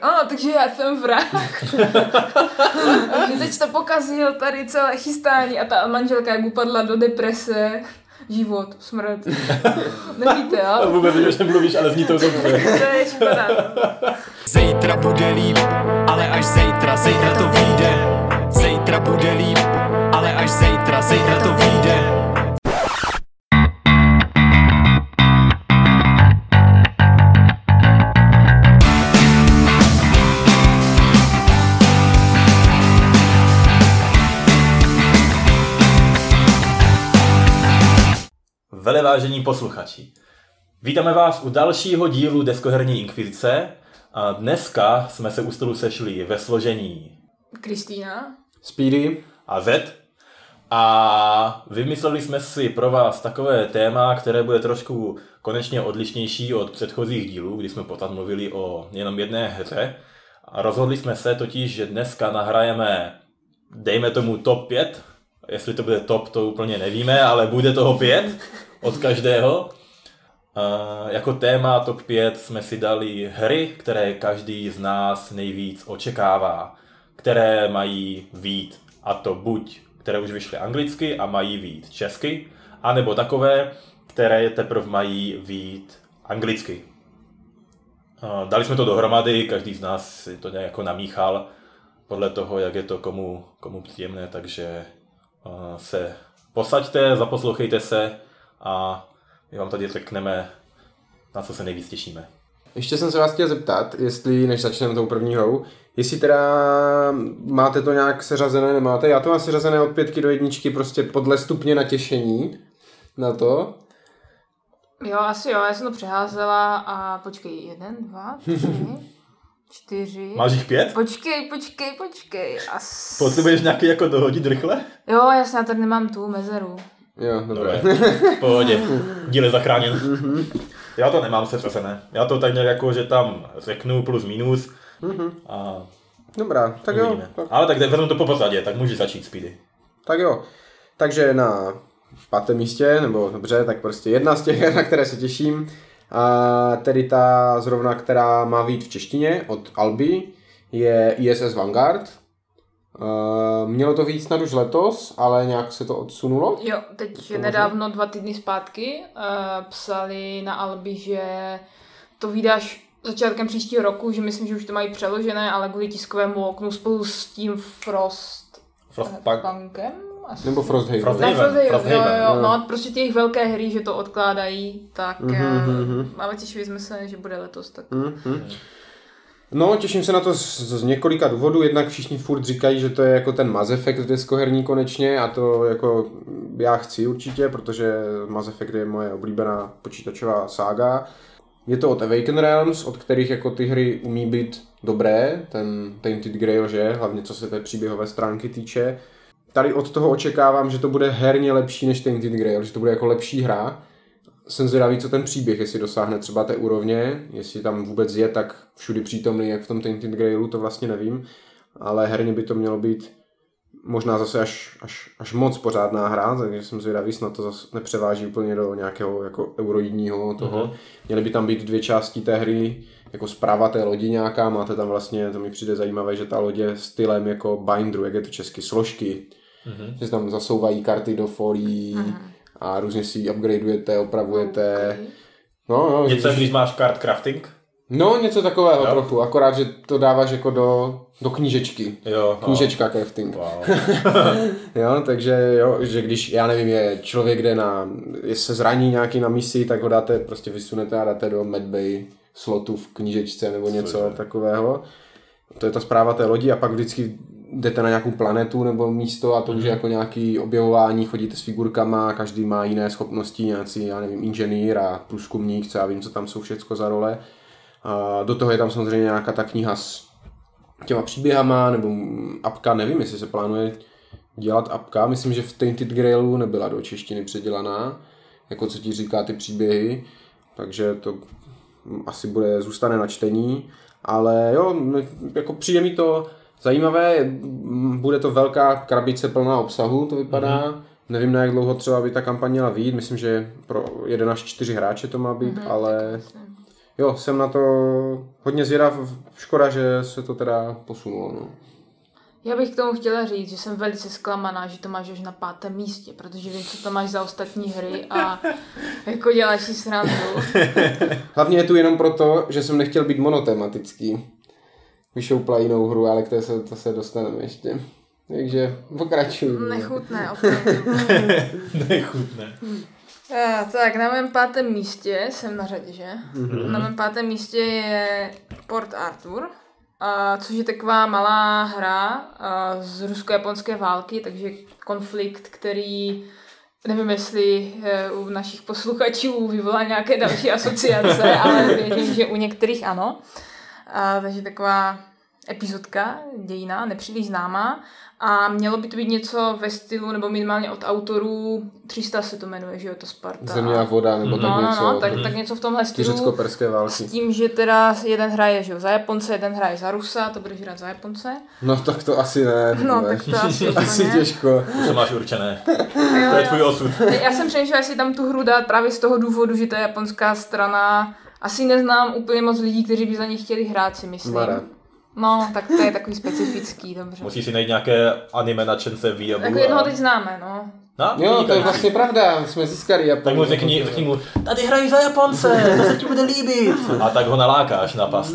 Ano, takže já jsem vrah. Takže teď to pokazil tady celé chystání a ta manželka jak upadla do deprese. Život, smrt. Nevíte, ale? Vůbec už nemluvíš, ale zní to dobře. To je škoda. Zítra bude líp, ale až zítra to vyjde. Zítra bude líp, ale až zítra to vyjde. Velevážení posluchači, vítáme vás u dalšího dílu Deskoherní inkvizice a dneska jsme se u stolu sešli ve složení Kristýna, Speedy a Z a vymysleli jsme si pro vás takové téma, které bude trošku konečně odlišnější od předchozích dílů, kdy jsme poté mluvili o jenom jedné hře a rozhodli jsme se totiž, že dneska nahrajeme, dejme tomu top 5, jestli to bude top, to úplně nevíme, ale bude toho 5 od každého. Jako téma top 5 jsme si dali hry, které každý z nás nejvíc očekává, které mají vyjít, a to buď, které už vyšly anglicky a mají vyjít česky, anebo takové, které teprve mají vyjít anglicky. Dali jsme to dohromady, každý z nás si to nějak jako namíchal podle toho, jak je to komu příjemné, takže se posaďte, zaposlouchejte se a my vám tady řekneme, na co se nejvíc těšíme. Ještě jsem se vás chtěl zeptat, jestli, než začneme tou první hrou, jestli teda máte to nějak seřazené, nemáte? Já to mám seřazené od 5 do 1, prostě podle stupně natěšení na to. Jo, asi jo, já jsem to přeházela a počkej, 1, 2, 3, 4. Máš jich 5? Počkej. Potřebuješ nějaký jako dohodit rychle? Jo, jasně, já tady nemám tu mezeru. Jo, dobré. V pohodě, díl je zachráněn. Já to nemám seřazené. Já to tak nějak jako, že tam řeknu plus minus a Dobrá, tak uvidíme. jo. Tak. Ale tak vezmu to po pořadě, tak můžeš začít, Speedy. Tak jo. Takže na 5. místě, nebo dobře, tak prostě jedna z těch her, na které se těším, a tedy ta zrovna, která má vyjít v češtině od Alby, je ISS Vanguard. Mělo to vyjít snad už letos, ale nějak se to odsunulo. Jo, teď nedávno 2 týdny zpátky psali na Albi, že to vydáš začátkem příštího roku, že myslím, že už to mají přeložené, ale kvůli tiskovému oknu spolu s tím Frostpunkem? Nebo Frosthaven. Frosthaven. Jo. No, prostě ty jejich velké hry, že to odkládají, tak ale těšili jsme se, že bude letos. Tak. No, těším se na to z několika důvodů. Jednak všichni furt říkají, že to je jako ten Mass Effect deskoherní konečně a to jako já chci určitě, protože Mass Effect je moje oblíbená počítačová sága. Je to od Awaken Realms, od kterých jako ty hry umí být dobré, ten Tainted Grail, že? Hlavně co se té příběhové stránky týče. Tady od toho očekávám, že to bude herně lepší než Tainted Grail, že to bude jako lepší hra. Jsem zvědavý, co ten příběh, jestli dosáhne třeba té úrovně, jestli tam vůbec je tak všudy přítomný, jak v tom Tainted Grailu, to vlastně nevím. Ale herně by to mělo být možná zase až moc pořádná hra, takže jsem zvědavý, snad to zase nepřeváží úplně do nějakého jako euroidního toho. Měly by tam být 2 části té hry, jako zpráva té lodi nějaká, máte tam vlastně, to mi přijde zajímavé, že ta loď je stylem jako binderu, jak je to česky, složky, že se tam zasouvají karty do folií a různě si ji upgradeujete, opravujete. Okay. No, Něco, když máš card crafting? No, něco takového trochu, akorát, že to dáváš jako do knížečky. Jo. Knížečka crafting. Wow. Jo, takže jo, že když, já nevím, je člověk, je se zraní nějaký na misi, tak ho dáte, prostě vysunete a dáte do medbay slotu v knížečce nebo něco takového. To je ta zpráva té lodi a pak vždycky jdete na nějakou planetu nebo místo a to už je jako nějaký objevování, chodíte s figurkama, každý má jiné schopnosti, nějací, já nevím, inženýr a průzkumník, co já vím, co tam jsou všecko za role. A do toho je tam samozřejmě nějaká ta kniha s těma příběhama, nebo apka, nevím, jestli se plánuje dělat apka, myslím, že v Tainted Grailu nebyla do češtiny předělaná, jako co ti říká ty příběhy, takže to asi zůstane na čtení, ale jo, jako přijde mi to zajímavé, bude to velká krabice plná obsahu, to vypadá, nevím, na jak dlouho třeba by ta kampaň měla vyjít, myslím, že pro 1 až 4 hráče to má být, ale jo, jsem na to hodně zvědav, škoda, že se to teda posunulo. No. Já bych k tomu chtěla říct, že jsem velice zklamaná, že to máš až na 5. místě, protože vím, co to máš za ostatní hry a jako děláš si srandu. Hlavně je tu jenom proto, že jsem nechtěl být monotematický. Vyšoupla jinou hru, ale k té to se dostaneme ještě. Takže pokračuju. Nechutné, opravdu. Nechutné. Tak, na mém 5. místě jsem na řadě, že? Na mém 5. místě je Port Arthur, což je taková malá hra z rusko-japonské války, takže konflikt, který nevím, jestli u našich posluchačů vyvolá nějaké další asociace, ale věřím, že u některých ano. Takže taková epizodka dějina, nepříliš známá. A mělo by to být něco ve stylu, nebo minimálně od autorů 300 se to jmenuje, že jo, to Sparta. Země a voda, nebo tak něco. No, tak něco v tomhle stylu. Turecko-perské války. S tím, že teda jeden hraje, že jo, za Japonce, jeden hraje za Rusa, to budeš hrát za Japonce. No tak to asi ne. No tak to asi těžko. Už to máš určené. To je tvůj osud. Já jsem přemýšlela, jestli tam tu hru dát právě z toho důvodu, že ta japonská strana, asi neznám úplně moc lidí, kteří by za ní chtěli hrát, si myslím. Mara. No, tak to je takový specifický, dobře. Musíš si najít nějaké anime nadšence výjabu. Jako jednoho teď známe, no. No, Jo, to je vlastně pravda, jsme získali Japonsku. Tak mu řekni mu, tady hrají za Japonce, to se ti bude líbit. A tak ho nalákáš na past.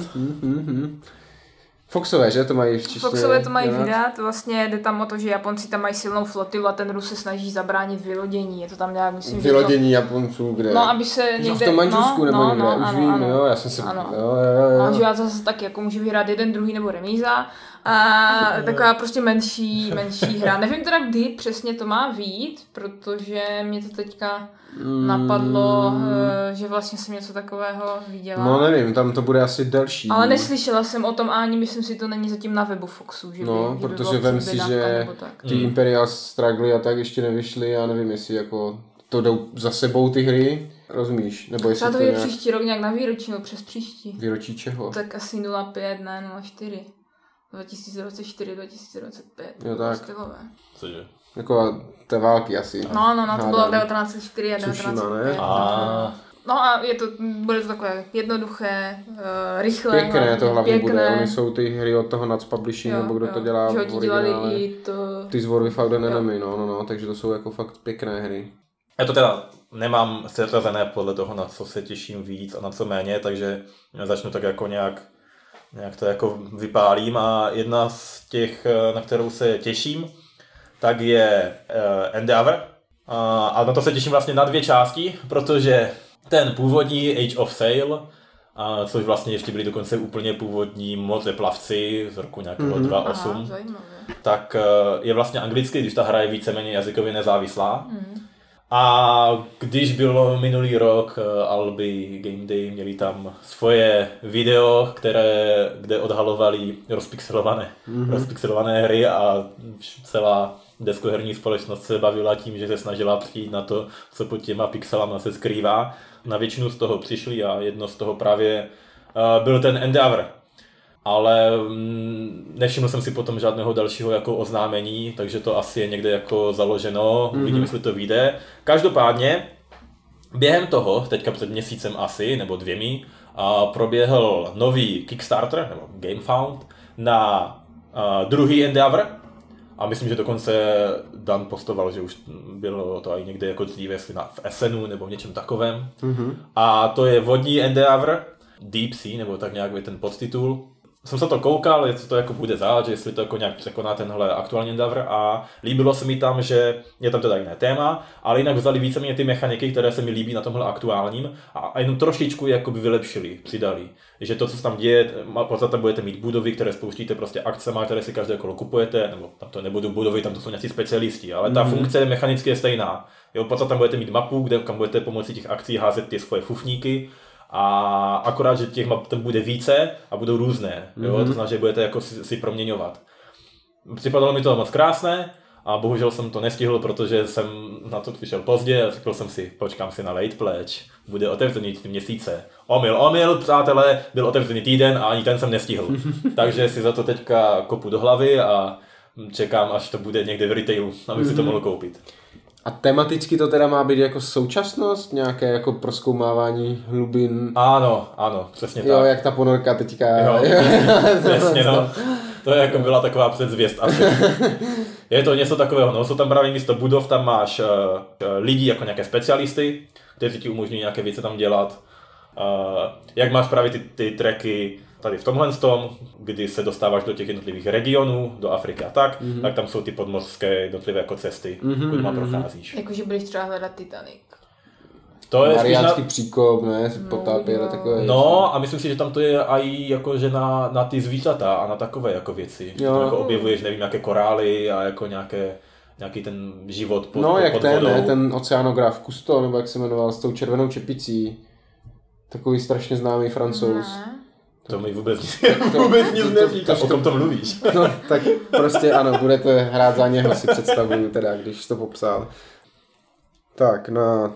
Foxové, že? To mají v češtině. Foxové to mají vydat, vlastně jde tam o to, že Japonci tam mají silnou flotilu a ten Rus se snaží zabránit vylodění. Je to tam nějak, myslím, vylodění Japonců, kde? No, aby se někde... v tom Manžusku nebo někde, už ano, vím, ano. jo, já jsem si... Ano. Jo. A že já zase tak jako může vyhrát jeden, druhý nebo remíza. A taková prostě menší hra. Nevím teda, kdy přesně to má vyjít, protože mě to teďka napadlo, že vlastně jsem něco takového viděla. No nevím, tam to bude asi delší. Ale neslyšela jsem o tom a ani myslím si, to není zatím na webu Foxu. Že no, by protože vem si, že ty Imperial Struggle a tak ještě nevyšly, já nevím, jestli jako to jdou za sebou ty hry, rozumíš? Nebo jestli to je nějak... příští rok nějak na výročí, nebo přes příští. Výročí čeho? Tak asi 05, ne 04. 2024, 2025. Jo tak. Stylové. Cože? Jako té války asi. No, to bylo 1904 a 1905. No a bude to takové jednoduché, rychlé. Pěkné to hlavně bude, oni jsou ty hry od toho Nuts Publishing, nebo kdo to dělá v originále. Ty z War Without an Enemy, no, takže to jsou jako fakt pěkné hry. Já to teda nemám seřazené podle toho, na co se těším víc a na co méně, takže začnu tak jako nějak to jako vypálím a jedna z těch, na kterou se těším, tak je Endeavor. A na to se těším vlastně na 2 části, protože ten původní Age of Sail, což vlastně ještě byli dokonce úplně původní mořeplavci z roku nějakého 2008, tak je vlastně anglicky, když ta hra je víceméně jazykově nezávislá. A když bylo minulý rok Albi Game Day, měli tam svoje video, kde odhalovali rozpixelované hry a celá deskoherní společnost se bavila tím, že se snažila přijít na to, co pod těma pixelama se skrývá. Na většinu z toho přišli a jedno z toho právě byl ten Endeavor. Ale nevšiml jsem si potom žádného dalšího jako oznámení, takže to asi je někde jako založeno, uvidím, jestli to vyjde. Každopádně během toho, teďka před měsícem asi, nebo 2, proběhl nový Kickstarter, nebo GameFound, na druhý Endeavor. A myslím, že dokonce Dan postoval, že už bylo to i někde jako dříve, jestli v SNu nebo v něčem takovém. A to je vodní Endeavor, Deep Sea, nebo tak nějak je ten podtitul. Jsem se to koukal, jestli to jako bude zahád, jestli to jako nějak překoná tenhle aktuální Endeavor a líbilo se mi tam, že je tam teda jiné téma, ale jinak vzali víceméně ty mechaniky, které se mi líbí na tomhle aktuálním a jenom trošičku jakoby vylepšili, přidali. Že to, co se tam děje, podstatě budete mít budovy, které spouštíte prostě akcema, které si každé kolo kupujete, nebo tam to nebudou budovy, tam to jsou nějací specialisti, ale ta funkce mechanicky je stejná. Jo, podstatě tam budete mít mapu, kam budete pomocí těch akcí házet ty svoje fufníky. A akorát, že těch map tam bude více a budou různé, jo? To znamená, že budete jako si proměňovat. Připadalo mi to moc krásné a bohužel jsem to nestihl, protože jsem na to přišel pozdě a řekl jsem si, počkám si na Late Pledge, bude otevřený 3 měsíce. Omyl, přátelé, byl otevřený týden a ani ten jsem nestihl. Takže si za to teďka kopu do hlavy a čekám, až to bude někde v retailu, abych si to mohl koupit. A tematicky to teda má být jako současnost, nějaké jako prozkoumávání hlubin. Ano, přesně tak. Jo, jak ta ponorka teďka. Jo, přesně no. To je jako byla taková předzvěst asi. Je to něco takového, no, jsou tam právě místo budov, tam máš lidi jako nějaké specialisty, kteří ti umožňují nějaké věci tam dělat. Jak máš právě ty tracky tady v tomhle tom, kdy se dostáváš do těch jednotlivých regionů, do Afriky a tak tam jsou ty podmořské jednotlivé jako cesty, kudy procházíš. Jakože budeš třeba hledat Titanic. To je Mariánský příkop, ne? Potápět a takové věci. No a myslím si, že tam to je i jakože na ty zvířata a na takové jako věci. Že tam jako objevuješ, nevím, nějaké korály a jako nějaký ten život pod no, jak pod ten, vodou. ne? Ten oceanograf Cousteau, nebo jak se jmenoval, s tou červenou čepicí. Takový strašně známý Francouz. To mi vůbec nic neříká, o kom to mluvíš. No, tak prostě ano, budete hrát za něho, si představuju teda, když to popsal. Tak, na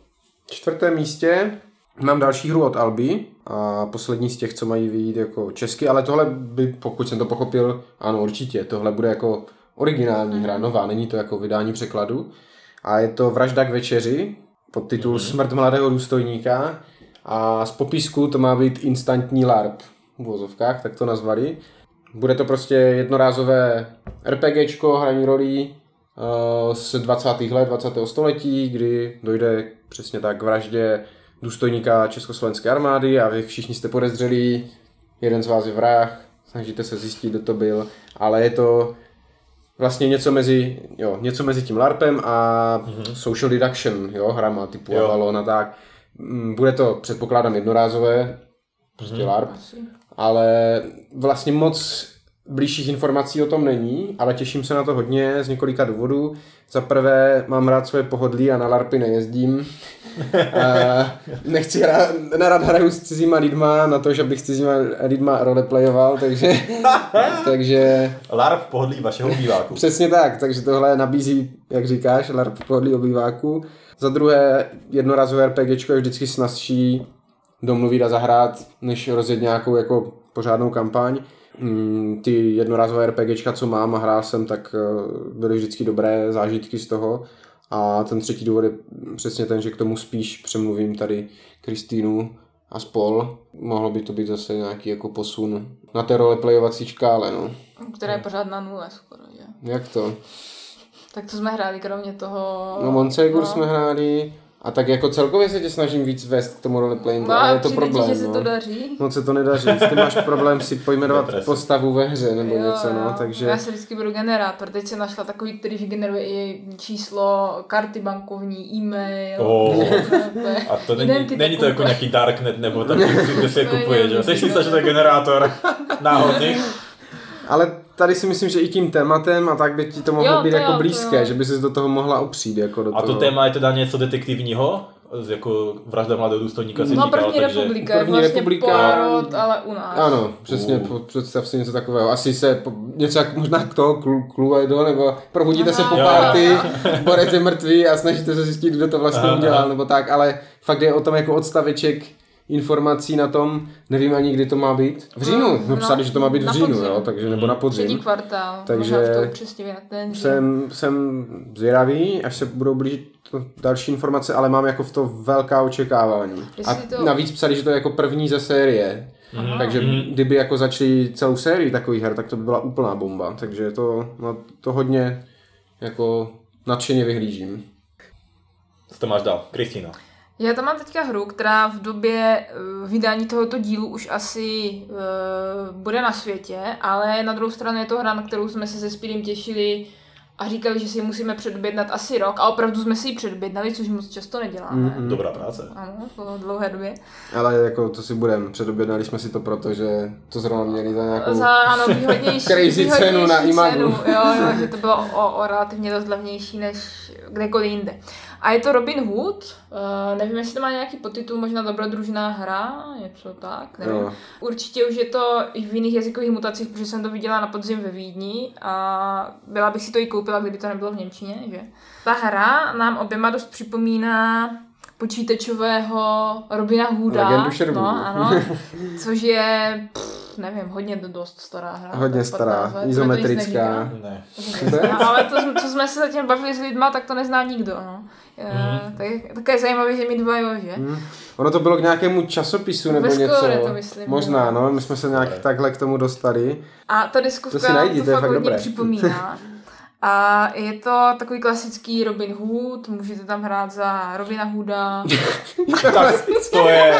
4. místě mám další hru od Albi a poslední z těch, co mají vyjít jako česky, ale tohle by, pokud jsem to pochopil, ano určitě, tohle bude jako originální hra, nová, není to jako vydání překladu. A je to Vražda k večeři, podtitul Smrt mladého důstojníka a z popisku to má být instantní LARP v uvozovkách, tak to nazvali. Bude to prostě jednorázové RPGčko, hraní rolí z 20. let 20. století, kdy dojde přesně tak k vraždě důstojníka československé armády a vy všichni jste podezřelí, jeden z vás je vrah, snažíte se zjistit, kdo to byl, ale je to vlastně něco mezi tím LARPem a social deduction, hrama typu Avalon a tak. Bude to, předpokládám, jednorázové, prostě LARP, ale vlastně moc blížších informací o tom není, ale těším se na to hodně z několika důvodů. Za prvé mám rád své pohodlí a na LARPy nejezdím. Nerad hraju s cizíma lidma na to, že bych s cizíma lidma roleplayoval, takže LARP v pohodlí vašeho obýváku. Přesně tak, takže tohle nabízí, jak říkáš, LARP v pohodlí obýváku. Za druhé, jednorázové RPGčko je vždycky snazší domluvit a zahrát, než rozjet nějakou jako pořádnou kampaň. Ty jednorázové RPGčka, co mám a hrál jsem, tak byly vždycky dobré zážitky z toho. A ten třetí důvod je přesně ten, že k tomu spíš přemluvím tady Kristýnu a spol. Mohlo by to být zase nějaký jako posun na té roleplayovací škále, no. Která je pořád na 0 skoro, že? Jak to? Tak co jsme hráli kromě toho? No Monsegur jsme hráli a tak jako celkově se tě snažím víc vést k tomu roleplayingu, ale je to problém. Že se to daří? No se to nedaří, ty máš problém si pojmenovat postavu ve hře nebo něco, no, takže... Já se vždycky beru generátor, teď jsem našla takový, který generuje i číslo, karty bankovní, e-mail. A to není to jako nějaký darknet nebo tak, kde se kupuje, že? Seš si že to je generátor náhodně? Ale tady si myslím, že i tím tématem a tak by ti to mohlo být jako blízké, že by ses do toho mohla opřít jako do toho. A to téma je teda něco detektivního? Jako Vražda mladého důstojníka se říkal, První republika je vlastně Poirot, ale u nás. Ano, přesně, představ si něco takového. Asi se něco jak možná k toho Cluedo, nebo probudíte se po party, Borec je mrtvý a snažíte se zjistit, kdo to vlastně udělal, nebo tak, ale fakt je o tom jako odstaveček informací na tom, nevím ani, kdy to má být. V říjnu, psali, že to má být v říjnu, jo, takže nebo na podzim. Třetí kvartál, takže jsem zvědavý, až se budou blížit další informace, ale mám jako v to velká očekávání. A navíc psali, že to je jako první ze série. Takže kdyby jako začali celou sérii takových her, tak to by byla úplná bomba. Takže to hodně jako nadšeně vyhlížím. Co to máš dál? Kristýna. Já tam mám teďka hru, která v době vydání tohoto dílu už asi bude na světě, ale na druhou stranu je to hra, na kterou jsme se Speedem těšili a říkali, že si ji musíme předobědnat asi rok a opravdu jsme si ji předobědnali, což moc často neděláme. Dobrá práce. Ano, po dlouhé době. Ale jako to si budeme, předobědnali jsme si to proto, že to zrovna měli za nějakou výhodnější crazy cenu na Imagu. Jo, že to bylo o relativně dost levnější než kdekoliv jinde. A je to Robin Hood, nevím, jestli to má nějaký podtitul, možná Dobrodružná hra, něco tak, nevím. No. Určitě už je to i v jiných jazykových mutacích, protože jsem to viděla na podzim ve Vídni a byla bych si to i koupila, kdyby to nebylo v němčině, že? Ta hra nám oběma dost připomíná počítačového Robina Hooda. Legendu Sherwoodu. No, ano. Což je, nevím, hodně dost stará hra. Hodně stará, izometrická. Ne. Ale to, co jsme se zatím bavili s lidma, tak to nezná nikdo. No. Tak je zajímavé, že my dva jo, že? Ono to bylo k nějakému časopisu nebo něco. To myslím, možná, no, my jsme se nějak takhle k tomu dostali. A ta deskovka to fakt hodně připomíná. A je to takový klasický Robin Hood, můžete tam hrát za Robina Hooda. Tak to je...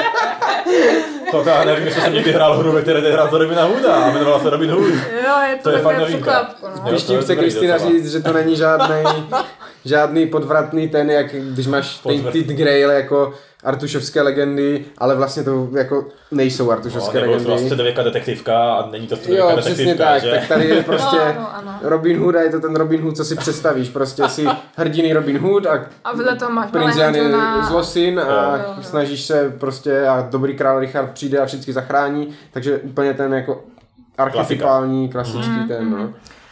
To já nevím, jestli jsem někdy hrál hru, ve které jde hrát za Robina Hooda a jmenovala se Robin Hood. Jo, je to takové překvapko. No. Když tím chce Kristýna říct, že to není žádný podvratný ten, jak když máš Tainted Grail jako artušovské legendy, ale vlastně to jako nejsou artušovské legendy. Nebo středověká detektivka a není to středověká detektivka, tak, že? tak tady je prostě Robin Hood a je to ten Robin Hood, co si představíš, prostě si hrdinný Robin Hood a vedle toho máš princ Jan je zlosin a snažíš se prostě a dobrý král Richard přijde a vždycky zachrání, takže úplně ten jako archetypální, klasický ten, no.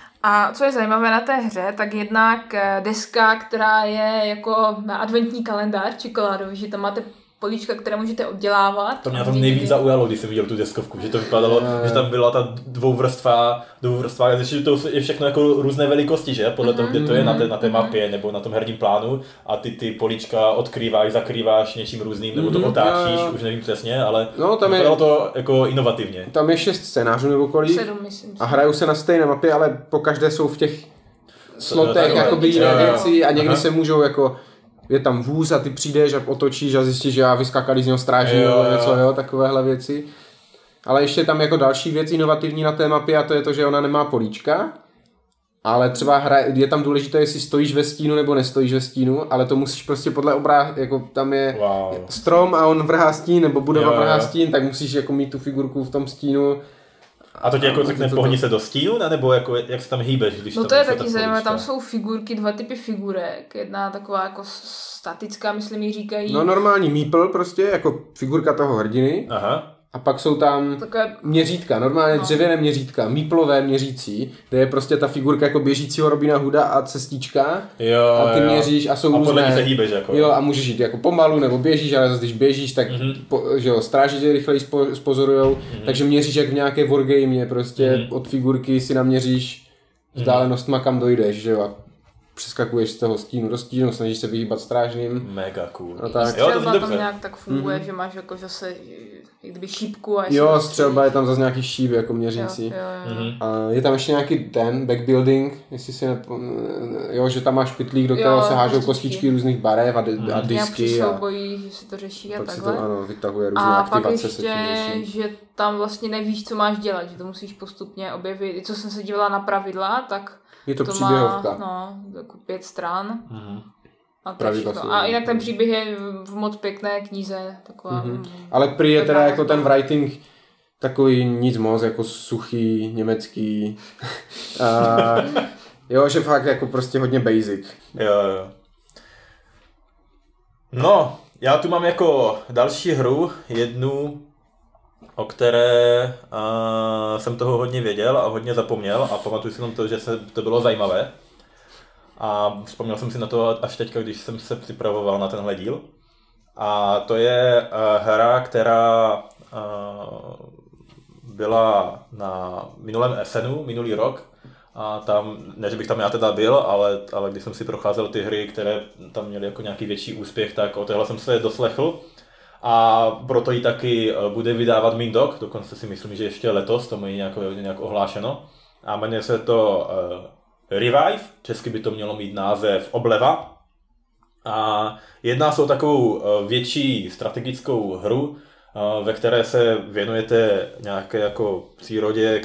A co je zajímavé na té hře, tak jednak deska, která je jako adventní kalendář čokoládový, že tam máte políčka, které můžete oddělávat. To mě na tom nejvíc zaujalo, když jsem viděl tu deskovku, že to vypadalo, že tam byla ta dvouvrstva, že to je všechno jako různé velikosti, že? Podle toho, kde to je na té mapě nebo na tom herním plánu a ty políčka odkrýváš, zakrýváš něčím různým, nebo to otáčíš, už nevím přesně, ale vypadalo to jako inovativně. Tam je 6 scénářů nebo kolik 7, myslím. A hrajou se na stejné mapě, ale po každé jsou v těch slotech jakoby jiné věci a někdy se můžou jako je tam vůz a ty přijdeš a otočíš a zjistíš, že já vyskakali z něho stráží nebo něco, takovéhle věci. Ale ještě tam jako další věc inovativní na té mapě a to je to, že ona nemá políčka, ale třeba je tam důležité, jestli stojíš ve stínu nebo nestojíš ve stínu, ale to musíš prostě podle jako tam je strom a on vrhá stín nebo budova vrhá stín, tak musíš jako mít tu figurku v tom stínu. A to tě jako řekne pohni se do stínu, nebo jako, jak se tam hýbeš? Když no to je taky zajímavé, tam jsou figurky, 2 typy figurek, jedna taková jako statická, myslím ji říkají. No normální meeple prostě, jako figurka toho hrdiny. Aha. A pak jsou tam měřítka, normálně dřevěné měřítka, meeplové měřící, kde je prostě ta figurka jako běžícího Robina Hooda a cestička. A ty měříš a jsou různé. A podle ní se hýbeš jako. Jo, a můžeš jít jako pomalu nebo běžíš, ale zase když běžíš, tak že jo, stráži tě rychleji spozorujou, takže měříš jak v nějaké wargame, prostě od figurky si naměříš vzdálenostma kam dojdeš, že jo. A přeskakuješ z toho stínu do stínu, snažíš se vyhýbat strážným. Mega cool. No tak. Střelba tam nějak tak funguje, že máš jako zase kdyby šípku a střelba je tam zase nějaký šíp jako měřící. Jo. A je tam ještě nějaký ten backbuilding, jestli si že tam máš pytlík, do kterého se hážou kostičky různých barev a disky. A soubojí, že se to řeší a pak takhle. Si to vytahuje různé aktivace. A pak ještě, že tam vlastně nevíš, co máš dělat, že to musíš postupně objevit. I co jsem se dívala na pravidla, tak je to příběhovka. Má, jako 5 stran. A jinak ten příběh je v moc pěkné knize. Taková, ale prý je teda jako ten writing takový nic moc, jako suchý, německý. Že fakt jako prostě hodně basic. Jo. No, já tu mám jako další hru, jednu, o které jsem toho hodně věděl a hodně zapomněl a pamatuju si jenom to, že to bylo zajímavé. A vzpomněl jsem si na to až teďka, když jsem se připravoval na tenhle díl. A to je hra, která byla na minulém Essenu, minulý rok. A tam, ne, že bych tam já teda byl, ale když jsem si procházel ty hry, které tam měly jako nějaký větší úspěch, tak o téhle jsem se doslechl. A proto ji taky bude vydávat Mindok, dokonce si myslím, že ještě letos, to mají nějak ohlášeno. A jmenuje se to Revive, česky by to mělo mít název Obleva. A jedná se o takovou větší strategickou hru, ve které se věnujete nějaké jako přírodě,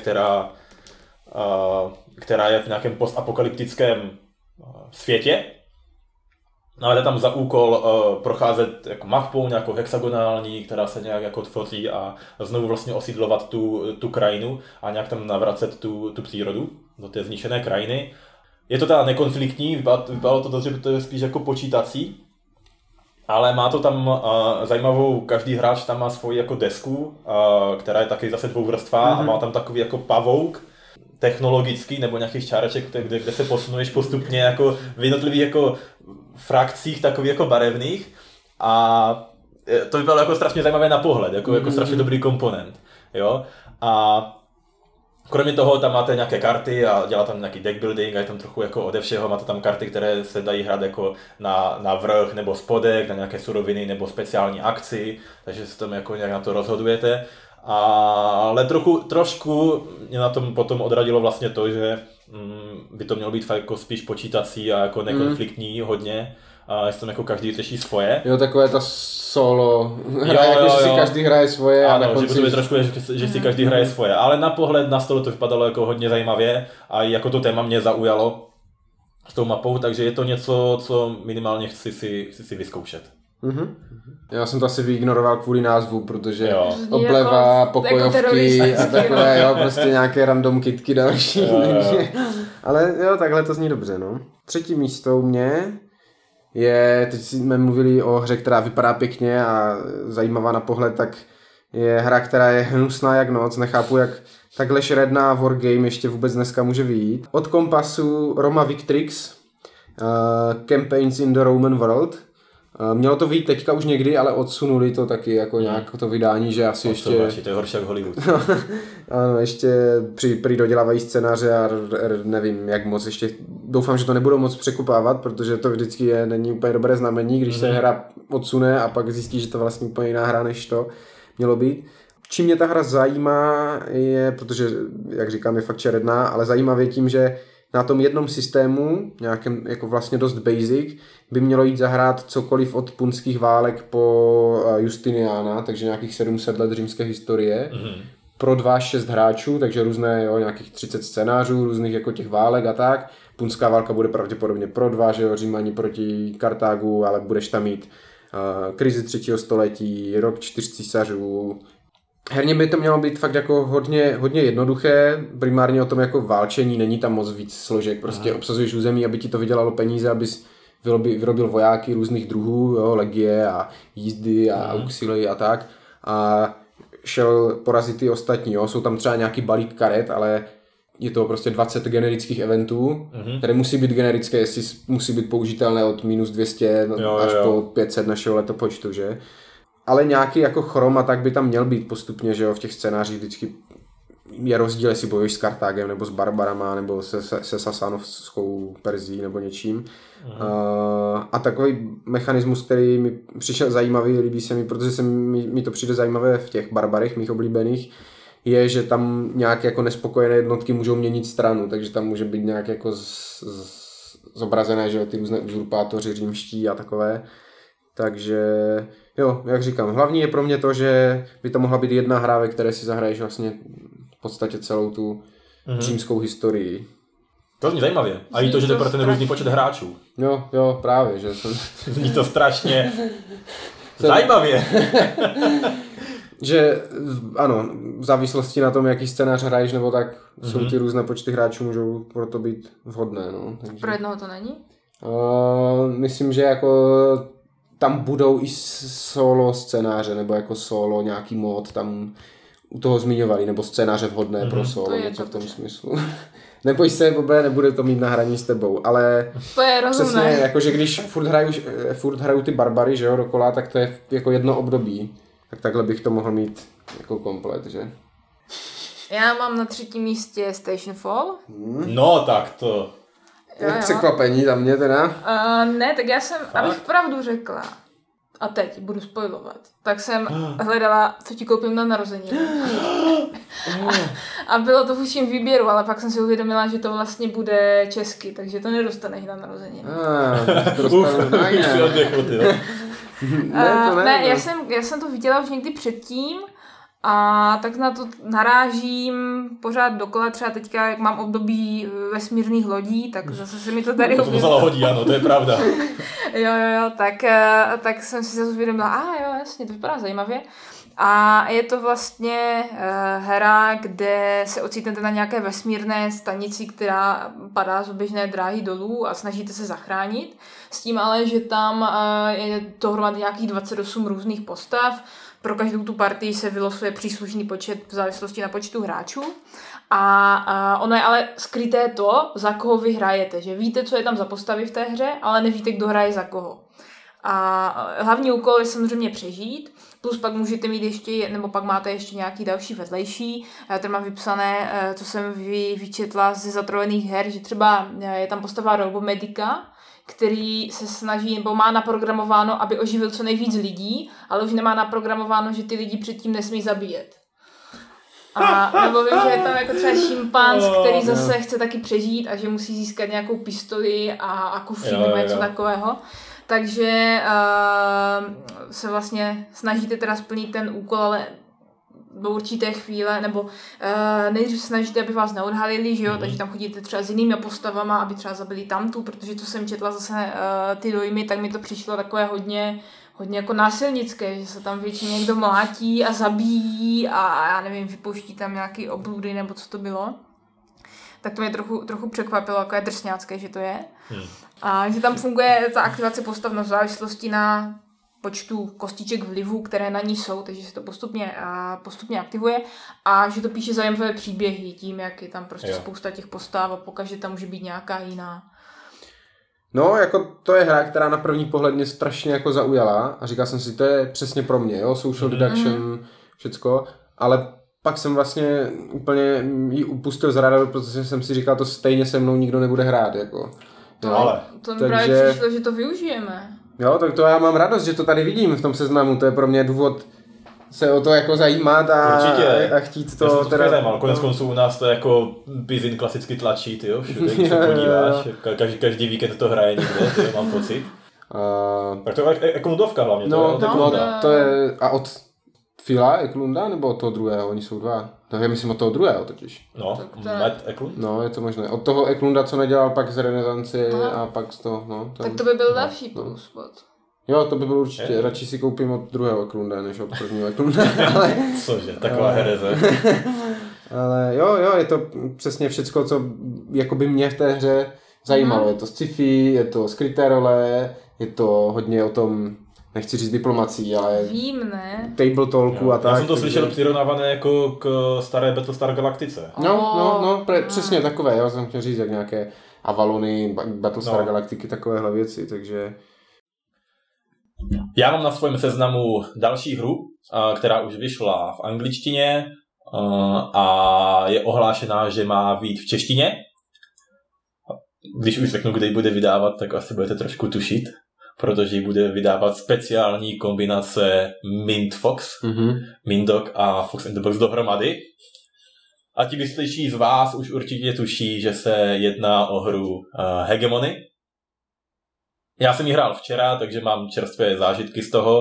která je v nějakém postapokalyptickém světě. Máte tam za úkol procházet jako mapou nějakou hexagonální, která se nějak jako tvoří a znovu vlastně osídlovat tu krajinu a nějak tam navracet tu přírodu do té zničené krajiny. Je to teda nekonfliktní, vypadalo to dobře, to je spíš jako počítací, ale má to tam zajímavou, každý hráč tam má svoji jako desku, která je taky zase dvouvrstvá a má tam takový jako pavouk technologický nebo nějakých čáreček, kde se posunuješ postupně jako v jednotlivých jako frakcích takových jako barevných A to bylo jako strašně zajímavé na pohled, jako strašně dobrý komponent. Jo? A kromě toho tam máte nějaké karty a dělá tam nějaký deck building a je tam trochu jako ode všeho, máte tam karty, které se dají hrát jako na vrch nebo spodek, na nějaké suroviny nebo speciální akci, takže se tam jako nějak na to rozhodujete. Ale trošku mě na tom potom odradilo vlastně to, že by to mělo být fakt jako spíš počítací a jako nekonfliktní hodně. A jestli tam jako každý řeší svoje. Jo, takové ta solo hra, jako že si každý hraje svoje. Ano, a na konci... že to by trošku, že si každý hraje svoje. Ale na pohled na stolu to vypadalo jako hodně zajímavě a jako to téma mě zaujalo s tou mapou, takže je to něco, co minimálně chci si vyzkoušet. Mm-hmm. Já jsem to asi vyignoroval kvůli názvu, protože obleva, jako, pokojovky a takové, jo, prostě nějaké random kitky další. Jo. Ale jo, takhle to zní dobře, no. Třetí místo u mě je, teď jsme mluvili o hře, která vypadá pěkně a zajímavá na pohled, tak je hra, která je hnusná jak noc, nechápu, jak takhle šredná wargame ještě vůbec dneska může vyjít. Od Kompasu Roma Victrix, Campaigns in the Roman World. Mělo to vyjít teďka už někdy, ale odsunuli to taky jako nějak to vydání, že asi ještě... To je horší jak Hollywood. Ano, ještě prý dodělávají scénáře a nevím jak moc ještě, doufám, že to nebudou moc překupávat, protože to vždycky není úplně dobré znamení, když se hra odsune a pak zjistí, že to vlastně úplně jiná hra, než to mělo být. Čím mě ta hra zajímá je, protože jak říkám je fakt čeredná, ale zajímavě tím, že na tom jednom systému, nějakém jako vlastně dost basic, by mělo jít zahrát cokoliv od punských válek po Justiniana, takže nějakých 700 let římské historie. Pro 2 až 6 hráčů, takže různé, jo, nějakých 30 scénářů, různých jako těch válek a tak. Punská válka bude pravděpodobně pro 2, že jo, Římani proti Kartágu, ale budeš tam mít krizi 3. století, rok 4 císařů. Herně by to mělo být fakt jako hodně jednoduché, primárně o tom jako válčení, není tam moc víc složek, prostě obsazuješ území, aby ti to vydělalo peníze, abys vyrobil vojáky různých druhů, jo, legie a jízdy a auxily a tak a šel porazit ty ostatní, jo, jsou tam třeba nějaký balík karet, ale je to prostě 20 generických eventů, které musí být generické, jestli musí být použitelné od -200 až po 500 našeho letopočtu, že? Ale nějaký jako chrom a tak by tam měl být postupně, že jo, v těch scénářích vždycky je rozdíl, jestli bojuješ s Kartágem, nebo s Barbarama, nebo se Sasánovskou Perzí, nebo něčím. A takový mechanismus, který mi přišel zajímavý, líbí se mi, protože mi to přijde zajímavé v těch Barbarech, mých oblíbených, je, že tam nějaké jako nespokojené jednotky můžou měnit stranu, takže tam může být nějak jako zobrazené, že jo, ty různé uzurpátoři římští a takové. Takže jo, jak říkám, hlavní je pro mě to, že by to mohla být jedna hra, ve které si zahraješ vlastně v podstatě celou tu římskou historii. To zní zajímavě. A i to, že to je pro ten různý počet hráčů. Jo, právě, že to... Zní to strašně zajímavě. Že ano, v závislosti na tom, jaký scénář hraješ, nebo tak jsou ty různé počty hráčů, můžou proto být vhodné. No. Takže... Pro jednoho to není? Myslím, že jako tam budou i solo scénáře, nebo jako solo nějaký mod, tam u toho zmiňovali, nebo scénáře vhodné pro solo, něco v tom smyslu. Neboj se, Bobe, nebude to mít na hraní s tebou, ale to je rozumné. Přesně, jakože když furt hraju ty barbary, že jo, dokola, tak to je jako jedno období. Tak takhle bych to mohl mít jako komplet, že? Já mám na 3. místě Stationfall. No tak to... Překvapení za mě teda. Ne, tak já jsem, abych pravdu řekla, a teď budu spoilovat, tak jsem hledala, co ti koupím na narozeniny. A bylo to v užším výběru, ale pak jsem si uvědomila, že to vlastně bude česky, takže to nedostaneš na narozeniny. Ne, já jsem to viděla už někdy předtím a tak na to narážím pořád dokola, třeba teďka, jak mám období vesmírných lodí, tak zase se mi to tady objevilo. To hodí, ano, to je pravda. jo, tak jsem si zase uvědomila, jo, jasně, to vypadá zajímavě. A je to vlastně hra, kde se ocitnete na nějaké vesmírné stanici, která padá z oběžné dráhy dolů a snažíte se zachránit. S tím ale, že tam je dohromady nějakých 28 různých postav. Pro každou tu partii se vylosuje příslušný počet v závislosti na počtu hráčů. A ono je ale skryté to, za koho vy hrajete. Že víte, co je tam za postavy v té hře, ale nevíte, kdo hraje za koho. A hlavní úkol je samozřejmě přežít, plus pak můžete mít ještě, nebo pak máte ještě nějaký další vedlejší. Já tady mám vypsané, co jsem vyčetla ze zatrojených her, že třeba je tam postava Robomedika, který se snaží, nebo má naprogramováno, aby oživil co nejvíc lidí, ale už nemá naprogramováno, že ty lidi předtím nesmí zabíjet. A nebo vím, že je tam jako třeba šimpanz, který zase chce taky přežít a že musí získat nějakou pistoli a kufřík nebo něco takového. Takže se vlastně snažíte teda splnit ten úkol, ale do určité chvíle, nebo nejdřív snažíte, aby vás neodhalili, že jo, takže tam chodíte třeba s jinými postavama, aby třeba zabili tamtu, protože co jsem četla zase ty dojmy, tak mi to přišlo takové hodně jako násilnické, že se tam většině někdo mlátí a zabíjí a já nevím, vypouští tam nějaký obludy nebo co to bylo. Tak to mě trochu překvapilo, jako je drsňácké, že to je. A že tam funguje ta aktivace postav v závislosti na počtu kostiček vlivu, které na ní jsou, takže se to postupně aktivuje a že to píše zajímavé příběhy tím, jak je tam prostě spousta těch postav a pokaždé tam může být nějaká jiná. No, jako to je hra, která na první pohled mě strašně jako zaujala a říkal jsem si, to je přesně pro mě, jo, social deduction, všecko, ale pak jsem vlastně úplně ji upustil z radaru, protože jsem si říkal, to stejně se mnou nikdo nebude hrát, jako. No, ale. To mi právě přišlo, že to využijeme. Jo, tak to já mám radost, že to tady vidím v tom seznamu, to je pro mě důvod se o to jako zajímat a chtít to. Já jsem to teda zajímal, konec konců u nás to jako Bizin klasicky tlačí, tyjo, všude, když se podíváš, každý víkend to hraje někde, tyjo, mám pocit. Tak to je Eklundovka hlavně, to je, a od Fila Eklunda, nebo od toho druhého, oni jsou dva. Tak já myslím od toho druhého totiž. No, Matt Eklund? No, je to možné. Od toho Eklunda, co nedělal pak z Renesanci a pak z toho, no. Tak to by byl další průspod. Jo, to by bylo určitě. Radši si koupím od druhého Eklunda, než od prvního Eklunda. Ale... Cože, taková hereze. Ale jo, je to přesně všecko, co jakoby mě v té hře zajímalo. Je to sci-fi, je to skryté role, je to hodně o tom, nechci říct diplomací, ale vím, ne? Table talku a tak. Já jsem to slyšel přirovnávané jako k staré Battlestar Galaktice. Přesně takové, já jsem chtěl říct, jak nějaké Avalony, Battlestar Galactiky, takovéhle věci, takže... Já mám na svém seznamu další hru, která už vyšla v angličtině a je ohlášená, že má být v češtině. Když už řeknu, kde ji bude vydávat, tak asi budete trošku tušit, protože ji bude vydávat speciální kombinace Mint Fox, Mindog a Fox and the Box dohromady. A ti vyslyší z vás už určitě tuší, že se jedná o hru Hegemony. Já jsem ji hrál včera, takže mám čerstvé zážitky z toho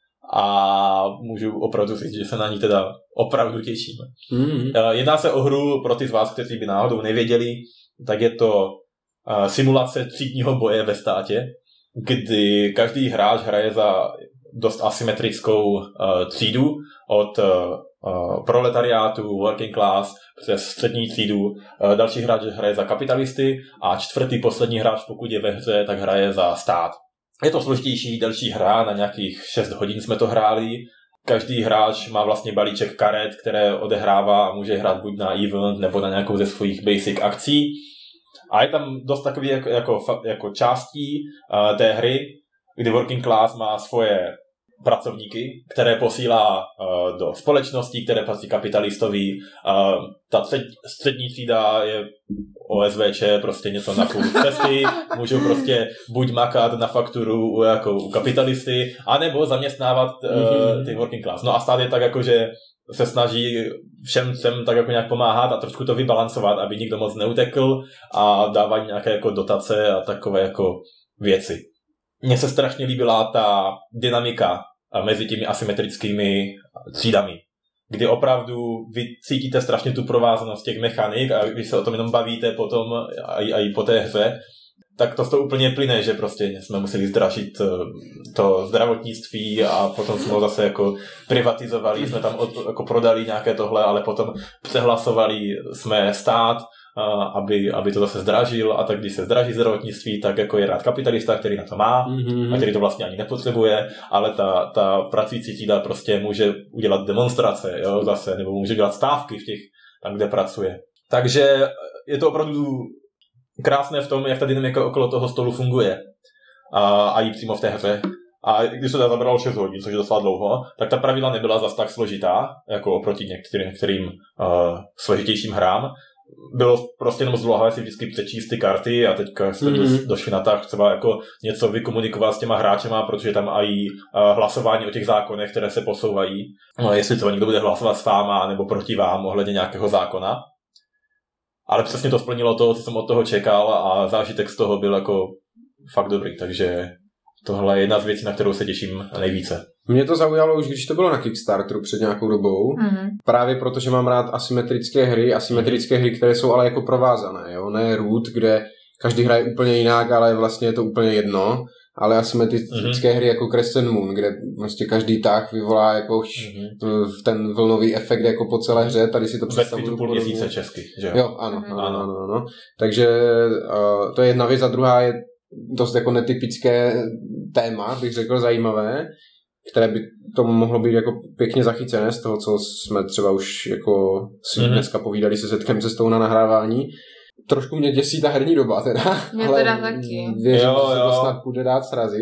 a můžu opravdu říct, že se na ní teda opravdu těším. Jedná se o hru pro ty z vás, kteří by náhodou nevěděli, tak je to simulace třídního boje ve státě, kdy každý hráč hraje za dost asymetrickou třídu od proletariátu, working class, přes střední třídu. Další hráč hraje za kapitalisty a čtvrtý, poslední hráč, pokud je ve hře, tak hraje za stát. Je to složitější, delší hra, na nějakých 6 hodin jsme to hráli. Každý hráč má vlastně balíček karet, které odehrává a může hrát buď na event nebo na nějakou ze svých basic akcí. A je tam dost takový jako částí té hry, kdy working class má svoje pracovníky, které posílá do společností, které patří kapitalistovi. Ta střední třída je OSVČ, prostě něco na půl cesty, můžou prostě buď makat na fakturu u kapitalisty, anebo zaměstnávat ty working class. No a stát je tak jako, že se snaží všem tak jako nějak pomáhat a trošku to vybalancovat, aby nikdo moc neutekl a dávají nějaké jako dotace a takové jako věci. Mně se strašně líbila ta dynamika mezi těmi asymetrickými třídami, kdy opravdu vy cítíte strašně tu provázanost těch mechanik a když se o tom jenom bavíte potom a i po té hře, tak to úplně plyne, že prostě jsme museli zdražit to zdravotnictví a potom jsme ho zase jako privatizovali, jsme tam jako prodali nějaké tohle, ale potom přehlasovali jsme stát, aby to zase zdražil a tak když se zdraží zdravotnictví, tak jako je rád kapitalista, který na to má a který to vlastně ani nepotřebuje, ale ta pracující třída prostě může udělat demonstrace, jo, zase, nebo může dělat stávky v těch, tam, kde pracuje. Takže je to opravdu krásné v tom, jak ta dynamika okolo toho stolu funguje a i přímo v té hře. A když to zabralo 6 hodin, což je docela dlouho, tak ta pravidla nebyla zas tak složitá, jako oproti některým složitějším hrám. Bylo prostě jenom zdlouhavé si vždycky přečíst ty karty a teďka jsme došli na tak třeba jako něco vykomunikovat s těma hráčema, protože tam mají hlasování o těch zákonech, které se posouvají. No, jestli třeba někdo bude hlasovat s váma nebo proti vám ohledně nějakého zákona. Ale přesně to splnilo to, co jsem od toho čekal a zážitek z toho byl jako fakt dobrý, takže tohle je jedna z věcí, na kterou se těším nejvíce. Mě to zaujalo už, když to bylo na Kickstarteru před nějakou dobou. Právě proto, že mám rád asymetrické hry, které jsou ale jako provázané. Jo? Ne Root, kde každý hraje úplně jinak, ale vlastně je to úplně jedno. Ale asymetrické hry jako Crescent Moon, kde vlastně každý tah vyvolá jako ten vlnový efekt jako po celé hře. Tady si to představuju. Půl měsíce česky, že jo? Ano. Takže to je jedna věc a druhá je dost jako netypické téma, bych řekl, zajímavé, které by to mohlo být jako pěkně zachycené z toho, co jsme třeba už jako si dneska povídali se Setkem cestou na nahrávání. Trošku mě děsí ta herní doba teda. Mě ale teda taky. Věřím, že se to snad bude dát srazit.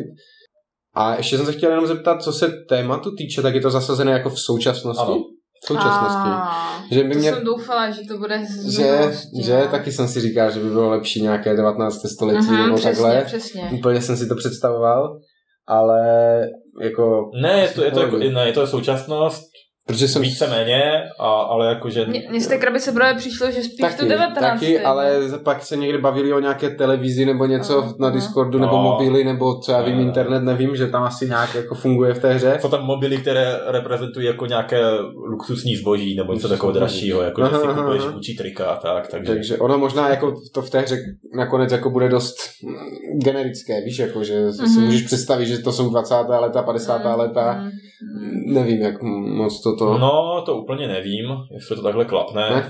A ještě jsem se chtěl jenom zeptat, co se tématu týče, tak je to zasazené jako v současnosti? Ano. V současnosti. Že by jsem doufala, že to bude že taky jsem si říkal, že by bylo lepší nějaké 19. století nebo takhle. Přesně. Úplně jsem si to představoval, ale jako... Ne, je to současnost, protože jsem víceméně, ale jakože... Mně z té krabice právě přišlo, že spíš taky, to 19. Taky, ale pak se někdy bavili o nějaké televizi nebo něco na Discordu, nebo mobily, nebo co já vím, internet, nevím, že tam asi nějak jako funguje v té hře. Jsou tam mobily, které reprezentují jako nějaké luxusní zboží, nebo něco takového dražšího, jako že si kupuješ Gucci trika a tak. Takže ono možná jako to v té hře nakonec jako bude dost generické, víš, jako že si můžeš představit, že to jsou 20. leta, 50. leta, nevím, jak moc to. No, to úplně nevím, jestli to takhle klapne. Ne?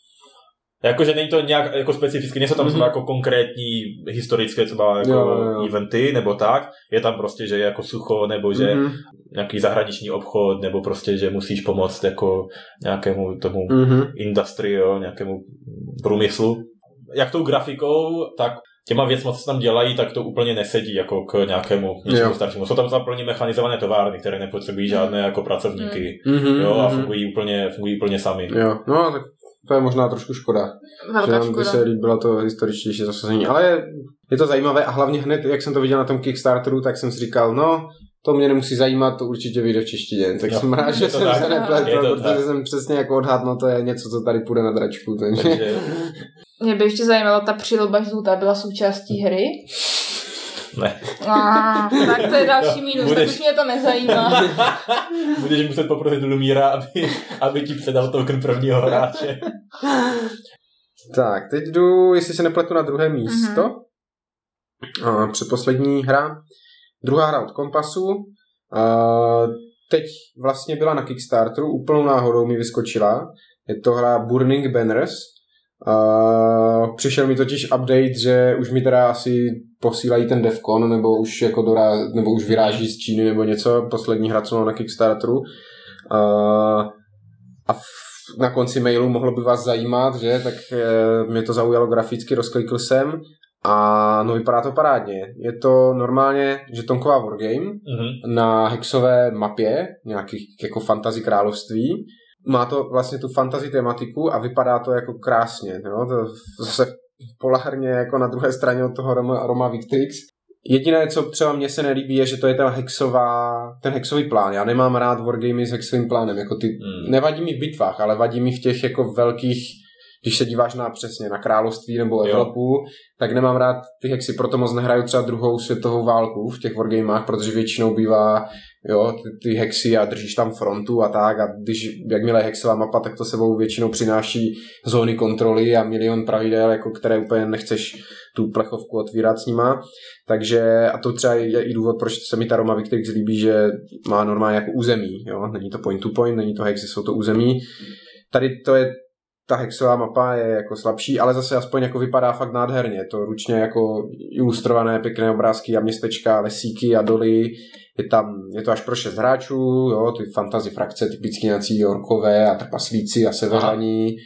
Jakože není to nějak jako specificky, nejsou tam třeba jako konkrétní historické třeba jako eventy, nebo tak. Je tam prostě, že je jako sucho, nebo že nějaký zahraniční obchod, nebo prostě, že musíš pomoct jako nějakému tomu industrii, nějakému průmyslu. Jak tou grafikou, tak těma věcma, co tam dělají, tak to úplně nesedí jako k nějakému něčemu staršímu. Jsou tam plně mechanizované továrny, které nepotřebují žádné jako pracovníky, a fungují úplně sami. Jo, no tak to je možná trošku škoda. Že nám by se líbilo to historičtější zasazení. Ale je to zajímavé a hlavně hned, jak jsem to viděl na tom Kickstarteru, tak jsem si říkal, no, to mě nemusí zajímat, to určitě vyjde v češtině. Tak jsem rád, že jsem se nepletl, protože jsem přesně jako odhadnul, to je něco, co tady půjde na dračku. Takže... Mě by ještě zajímala ta příloba žlutá, byla součástí hry? Ne. Tak to je další mínus, tak už mě to nezajímá. Budeš muset poprosit Lumíra, aby ti předal token prvního hráče. Tak, teď jdu, jestli se nepletu, na druhé místo. Předposlední hra. Druhá hra od Kompasu. Teď vlastně byla na Kickstarteru, úplnou náhodou mi vyskočila. Je to hra Burning Banners. Přišel mi totiž update, že už mi teda asi posílají ten Devcon, nebo už jako nebo už vyráží z Číny nebo něco, poslední hra, co mám na Kickstarteru. A na konci mailu mohlo by vás zajímat, že? Tak mě to zaujalo graficky, rozklikl jsem a no vypadá to parádně. Je to normálně žetonková wargame na hexové mapě, nějakých jako fantasy království. Má to vlastně tu fantasy tematiku a vypadá to jako krásně. Jo? To zase polárně jako na druhé straně od toho Roma Victrix. Jediné, co třeba mně se nelíbí, je, že to je ten hexový plán. Já nemám rád wargamey s hexovým plánem. Jako nevadí mi v bitvách, ale vadí mi v těch jako velkých, když se díváš přesně na království nebo Evropu, tak nemám rád ty hexy, proto moc nehraju třeba druhou světovou válku v těch wargamách, protože většinou bývá ty hexy a držíš tam frontu a tak a jakmile je hexová mapa, tak to sebou většinou přináší zóny kontroly a milion pravidel, jako které úplně nechceš tu plechovku otvírat s nima. Takže a to třeba je i důvod, proč se mi ta Roma Victrix líbí, že má normálně jako území. Jo? Není to point to point, není to hexy, jsou to území. Tady to je ta hexová mapa je jako slabší, ale zase aspoň jako vypadá fakt nádherně. To ručně jako ilustrované pěkné obrázky a městečka, lesíky a doly. Je to až pro 6 hráčů, jo, ty fantasy frakce, typicky nějací orkové a trpaslíci a severani.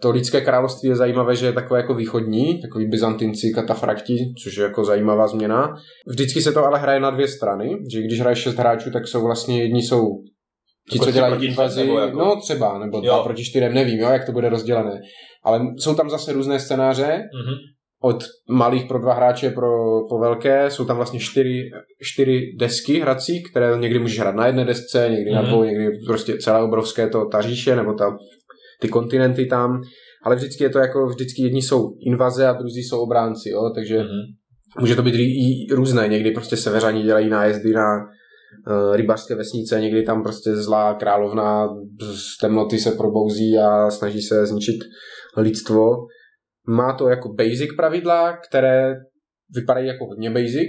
to lidské království je zajímavé, že je takové jako východní, takový Byzantinci, katafrakti, což je jako zajímavá změna. Vždycky se to ale hraje na dvě strany, že když hraješ 6 hráčů, tak jsou vlastně jedni jsou ti, co dělají invazi, jako... no třeba, nebo 2 proti 4, nevím, jo, jak to bude rozdělené. Ale jsou tam zase různé scénáře, od malých pro 2 hráče po velké, jsou tam vlastně 4 desky hrací, které někdy můžeš hrát na jedné desce, někdy na 2, někdy prostě celé obrovské ta říše, nebo ty kontinenty tam, ale vždycky je to jako, vždycky jedni jsou invaze a druzí jsou obránci, jo, takže může to být i různé, někdy prostě severani dělají nájezdy na rybářské vesnice, někdy tam prostě zlá královna z temnoty se probouzí a snaží se zničit lidstvo. Má to jako basic pravidla, které vypadají jako hodně basic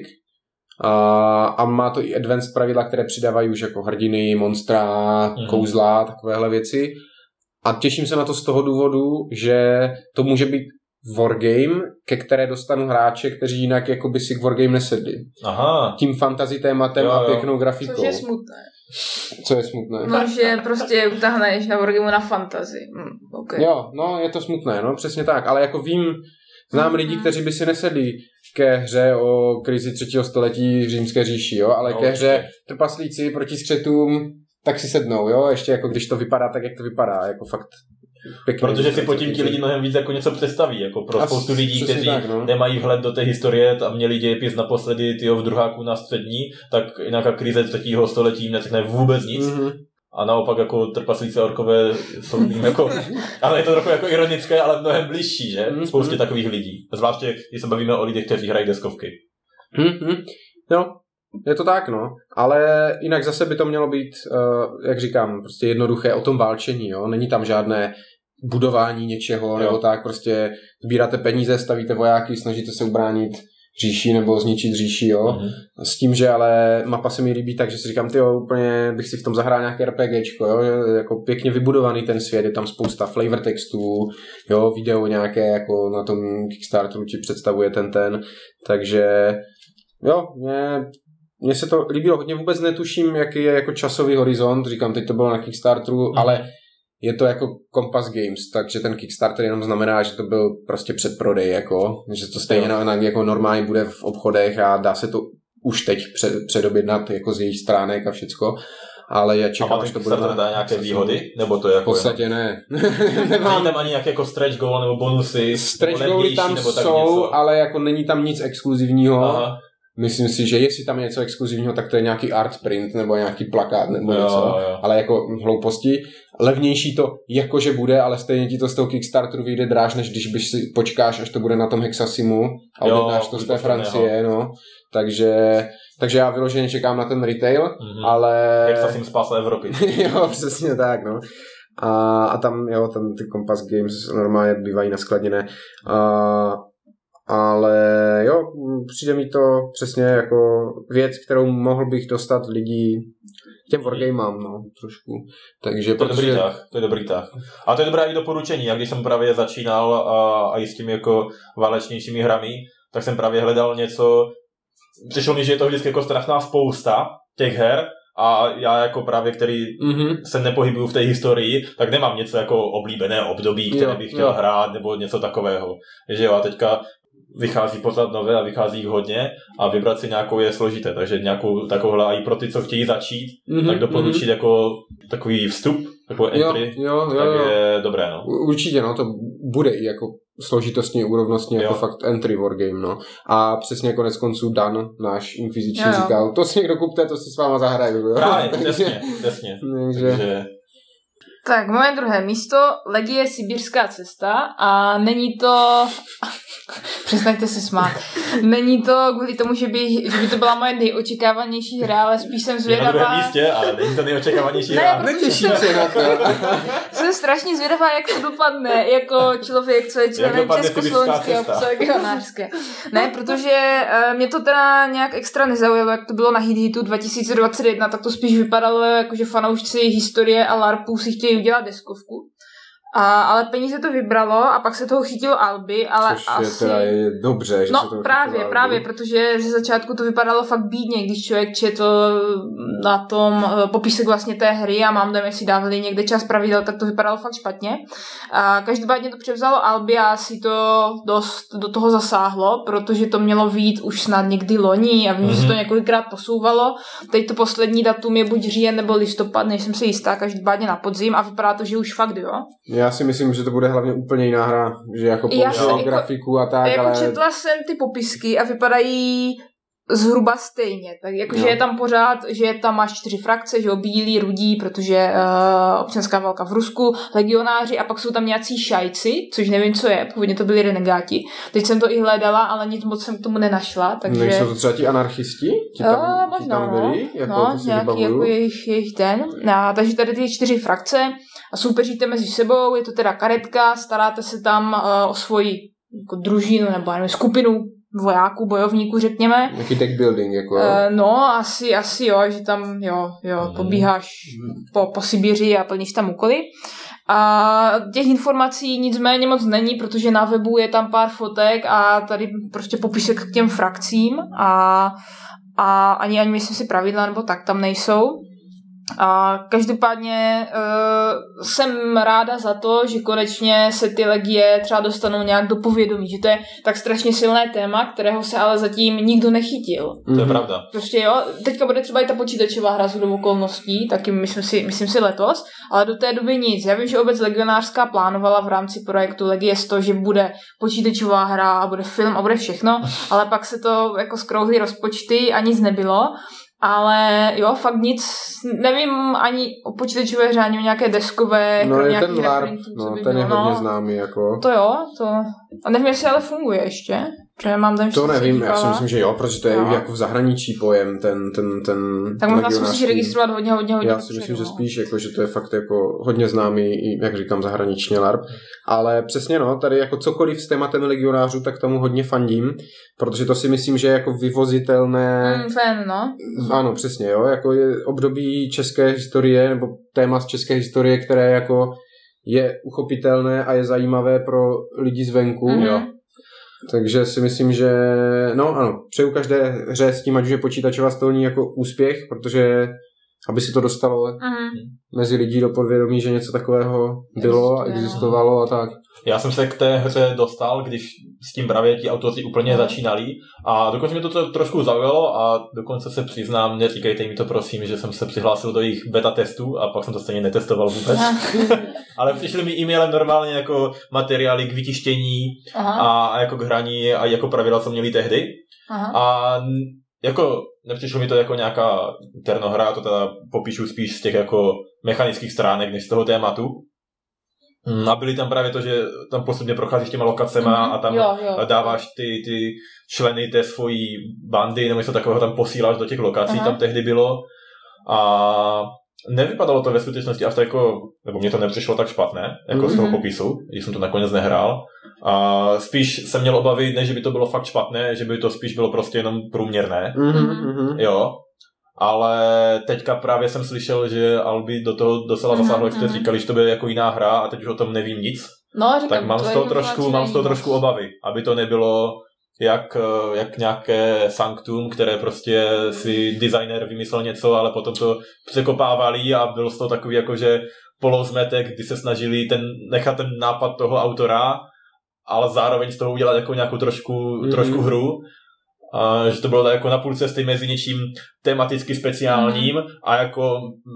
a má to i advanced pravidla, které přidávají už jako hrdiny, monstra, kouzla, takovéhle věci. A těším se na to z toho důvodu, že to může být wargame, ke které dostanu hráče, kteří jinak jako by si k wargame nesedli. Aha. Tím fantasy tématem a pěknou grafikou. Což je smutné. Co je smutné? No, že prostě utahneš na wargameu na fantasy. Okay. Jo, no je to smutné, no přesně tak, ale jako znám lidi, kteří by si nesedli ke hře o krizi 3. století v římské říši, jo, ale ke hře trpaslíci proti skřetům, tak si sednou, jo, ještě jako když to vypadá tak, jak to vypadá, jako fakt pěkně. Protože si potom ti lidi mnohem víc jako něco představí, jako pro spoustu lidí, kteří nemají vhled do té historie a měli dějepis naposledy v druháku na střední, tak nějaká krize 3. století jim neřekne vůbec nic. A naopak jako trpaslíci a orkové jsou jim jako, ale je to trochu jako ironické, ale mnohem bližší, že? Spoustě takových lidí. Zvláště, když se bavíme o lidech, kteří hrají deskovky. No, je to tak, no. Ale jinak zase by to mělo být, jak říkám, prostě jednoduché o tom válčení, jo. Není tam žádné budování něčeho, nebo tak, prostě sbíráte peníze, stavíte vojáky, snažíte se ubránit říši nebo zničit říši, jo. S tím, že ale mapa se mi líbí, takže si říkám, úplně bych si v tom zahrál nějaké RPGčko, jo, jako pěkně vybudovaný ten svět, je tam spousta flavor textů, jo, video nějaké, jako na tom Kickstarteru ti představuje ten, takže jo, mně se to líbilo hodně, vůbec netuším, jaký je jako časový horizont, říkám, teď to bylo na Kickstarteru, ale je to jako Compass Games, takže ten Kickstarter jenom znamená, že to byl prostě předprodej, jako, že to stejně jako normálně bude v obchodech a dá se to už teď předobjednat jako z jejich stránek a všecko, ale já čekám, že to bude dá nějaké výhody, nebo to je jako v podstatě ne. Nemám tam ani nějaké jako stretch goal nebo bonusy. Stretch goaly tam jsou, ale jako není tam nic exkluzivního. Aha. Myslím si, že jestli tam je něco exkluzivního, tak to je nějaký art print nebo nějaký plakát nebo něco, ale jako hlouposti. Levnější to jakože bude, ale stejně ti to z toho Kickstarteru vyjde dráž, než když si počkáš, až to bude na tom Hexasimu a objednáš to z té Francie, no. Takže já vyloženě čekám na ten retail, ale... Hexasim spásl Evropy. Jo, přesně tak, no. A tam ty Compass Games normálně bývají naskladněné. Ale jo, přijde mi to přesně jako věc, kterou mohl bych dostat lidí k těm wargamám, no, trošku. Takže to je dobrý tah. A to je dobré i doporučení. Já když jsem právě začínal a i s těmi jako válečnějšími hrami, tak jsem právě hledal něco, přišlo mi, že je to vždycky jako strašná spousta těch her, a já jako právě, který se nepohybuju v té historii, tak nemám něco jako oblíbené období, které bych chtěl hrát, nebo něco takového. Takže jo, a teďka vychází pořád nové a vychází jich hodně a vybrat si nějakou je složité, takže nějakou takovouhle a i pro ty, co chtějí začít, tak doporučit jako takový vstup, takovou entry, tak je dobré, no. Určitě, no, to bude i jako složitostně, úrovnostně jako fakt entry wargame, no. A přesně konec konců Dan, náš inkviziční, říkal, to si někdo kupte, to si s váma zahraju, jo. Právě, přesně. Takže... Tak, moje druhé místo, Legie Sibirská cesta a není to... Přestaňte se smát. Není to kvůli tomu, že by to byla moje nejočekávanější hra, ale spíš jsem zvědavá... Je na druhém místě, ale není to nejočekávanější hra. Netěším se na to. Jsem strašně zvědavá, jak to dopadne, jako člověk, co je členem československého legionářské. Ne, protože mě to teda nějak extra nezaujalo, jak to bylo na Hit-Hitu 2021, tak to spíš vypadalo, jako že fanoušci historie a LARPů si chtějí udělat deskovku. Ale peníze to vybralo a pak se toho chytilo Albi, ale což asi... je dobře, že se toho právě, protože ze začátku to vypadalo fakt bídně, když člověk četl na tom popisek vlastně té hry a mám tam, jestli dávali někde čas pravidel, tak to vypadalo fakt špatně. A každopádně to převzalo Albi a asi to dost do toho zasáhlo, protože to mělo vyjít už snad někdy loni a vím, že se to několikrát posouvalo. Teď to poslední datum je buď říjen nebo listopad, nejsem si jistá, každopádně na podzim a vypadá to, že už fakt, jo. Já si myslím, že to bude hlavně úplně jiná hra, že jako použil grafiku a tak, jako ale... četla jsem ty popisky a vypadají zhruba stejně, tak jakože je tam pořád, že tam máš 4 frakce, že jo, bílí, rudí, protože občanská válka v Rusku, legionáři a pak jsou tam nějací šajci, což nevím, co je, původně to byli renegáti. Teď jsem to i hledala, ale nic moc jsem k tomu nenašla, takže... Nejsou to třeba ti anarchisti? Možná, tam byli? Jako nějaký jako jejich ten. Takže tady ty 4 frakce a soupeříte mezi sebou, je to teda karetka, staráte se tam o svoji jako družinu nebo nevím, skupinu vojáků, bojovníků, řekněme. Jaký deck building, jako jo? No, asi jo, že tam, pobíháš po Sibiři a plníš tam úkoly. A těch informací nicméně moc není, protože na webu je tam pár fotek a tady prostě popisek k těm frakcím a ani myslím si pravidla nebo tak tam nejsou. A každopádně jsem ráda za to, že konečně se ty legie třeba dostanou nějak do povědomí, že to je tak strašně silné téma, kterého se ale zatím nikdo nechytil. To je pravda. Prostě jo, teďka bude třeba i ta počítačová hra shodou okolností, taky myslím si letos, ale do té doby nic. Já vím, že obec legionářská plánovala v rámci projektu Legie 100, že bude počítačová hra a bude film a bude všechno, ale pak se to jako skrouhly rozpočty a nic nebylo. Ale jo, fakt nic, nevím ani o počítačové hře, ani o nějaké deskové, no je ten LARP, ten je hodně známý, jako. To jo, a nevím, jestli ale funguje ještě, že mám tam to nevím, já si myslím, že jo, protože to je jako v zahraničí pojem, ten tak možná se musíš registrovat hodně. Já si myslím, že spíš, jako, že to je fakt jako hodně známý, jak říkám, zahraničně LARP, ale přesně no, tady jako cokoliv s tématem legionářů, tak tomu hodně fandím, protože to si myslím, že je jako vyvozitelné. Ano, přesně, jo, jako je období české historie, nebo téma z české historie, které jako je uchopitelné a je zajímavé pro lidi zvenku, jo. Takže si myslím, že no ano, přeju každé hře s tím, ať už je počítačová stolní jako úspěch, protože aby si to dostalo mezi lidi do podvědomí, že něco takového bylo a existovalo a tak. Já jsem se k té hře dostal, když s tím právě ti autoři úplně začínali a dokonce mě to trošku zaujalo a dokonce se přiznám, neříkejte mi to prosím, že jsem se přihlásil do jejich beta testů a pak jsem to stejně netestoval vůbec. Ale přišly mi e-mailem normálně jako materiály k vytištění a jako k hraní a jako pravidla, co měli tehdy. A jako nepřišlo mi to jako nějaká ternohra, to teda popíšu spíš z těch jako mechanických stránek než z toho tématu. A byly tam právě to, že tam postupně procházíš těma lokacema a tam dáváš ty členy té svojí bandy nebo něco takového tam posíláš do těch lokací, tam tehdy bylo. A nevypadalo to ve skutečnosti až tak jako, nebo mně to nepřišlo tak špatné, jako z toho popisu, když jsem to nakonec nehrál. A spíš jsem měl obavy, ne, že by to bylo fakt špatné, že by to spíš bylo prostě jenom průměrné. Jo. Ale teďka právě jsem slyšel, že Albi do toho docela zasáhlo, jak jste říkali, že to bude jako jiná hra a teď už o tom nevím nic. No, říkám, tak mám z toho trošku obavy, aby to nebylo jak nějaké Sanctum, které prostě si designer vymyslel něco, ale potom to překopávali a bylo z toho takový jakože polozmetek, kdy se snažili nechat ten nápad toho autora, ale zároveň z toho udělat jako nějakou trošku hru. A že to bylo jako na půl cesty mezi něčím tematicky speciálním a jako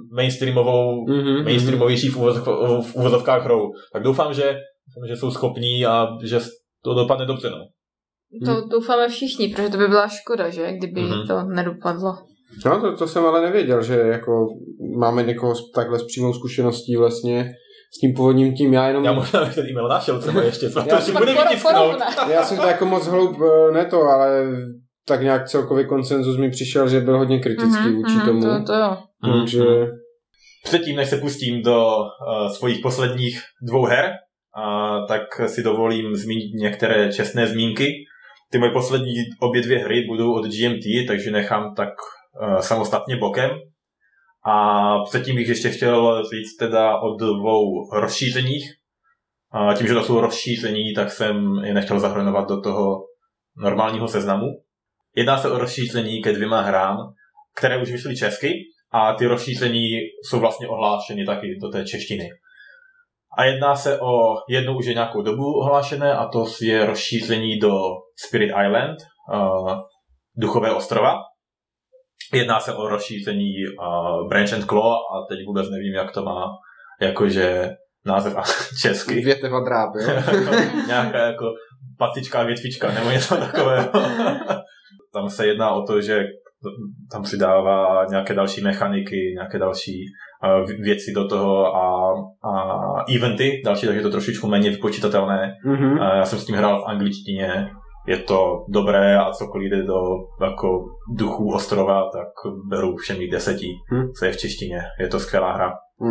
mainstreamovější v uvozovkách hrou. Tak doufám, že jsou schopní a že to dopadne dobře. No. To doufáme všichni, protože to by byla škoda, že? Kdyby to nedopadlo. No, to jsem ale nevěděl, že jako máme někoho takhle s přímou zkušeností vlastně s tím původním tím. Já možná bych ten e-mail našel třeba ještě, co to si bude vytisknout. Já jsem to jako moc hloub, ale tak nějak celkový konsenzus mi přišel, že byl hodně kritický vůči tomu. To jo. Takže... Předtím, než se pustím do svých posledních 2 her, tak si dovolím zmínit některé čestné zmínky. Ty moje poslední obě 2 hry budou od GMT, takže nechám tak samostatně bokem. A předtím bych ještě chtěl říct teda o 2 rozšířeních. A tím, že to jsou rozšíření, tak jsem je nechtěl zahrnovat do toho normálního seznamu. Jedná se o rozšíření ke 2 hrám, které už vyšly česky a ty rozšíření jsou vlastně ohlášeny taky do té češtiny. A jedná se o jedno už je nějakou dobu ohlášené a to je rozšíření do Spirit Island, Duchové ostrova. Jedná se o rozšíření Branch and Claw a teď vůbec nevím, jak to má jakože název česky. Větev a dráp, jo? Nějaká jako pacička, větvička nebo něco takového. Tam se jedná o to, že tam přidává nějaké další mechaniky, nějaké další věci do toho a eventy další, takže je to trošičku méně vypočítatelné. Já jsem s tím hrál v angličtině, je to dobré a cokoliv jde do jako duchů ostrova, tak beru všemi 10, co je v češtině. Je to skvělá hra.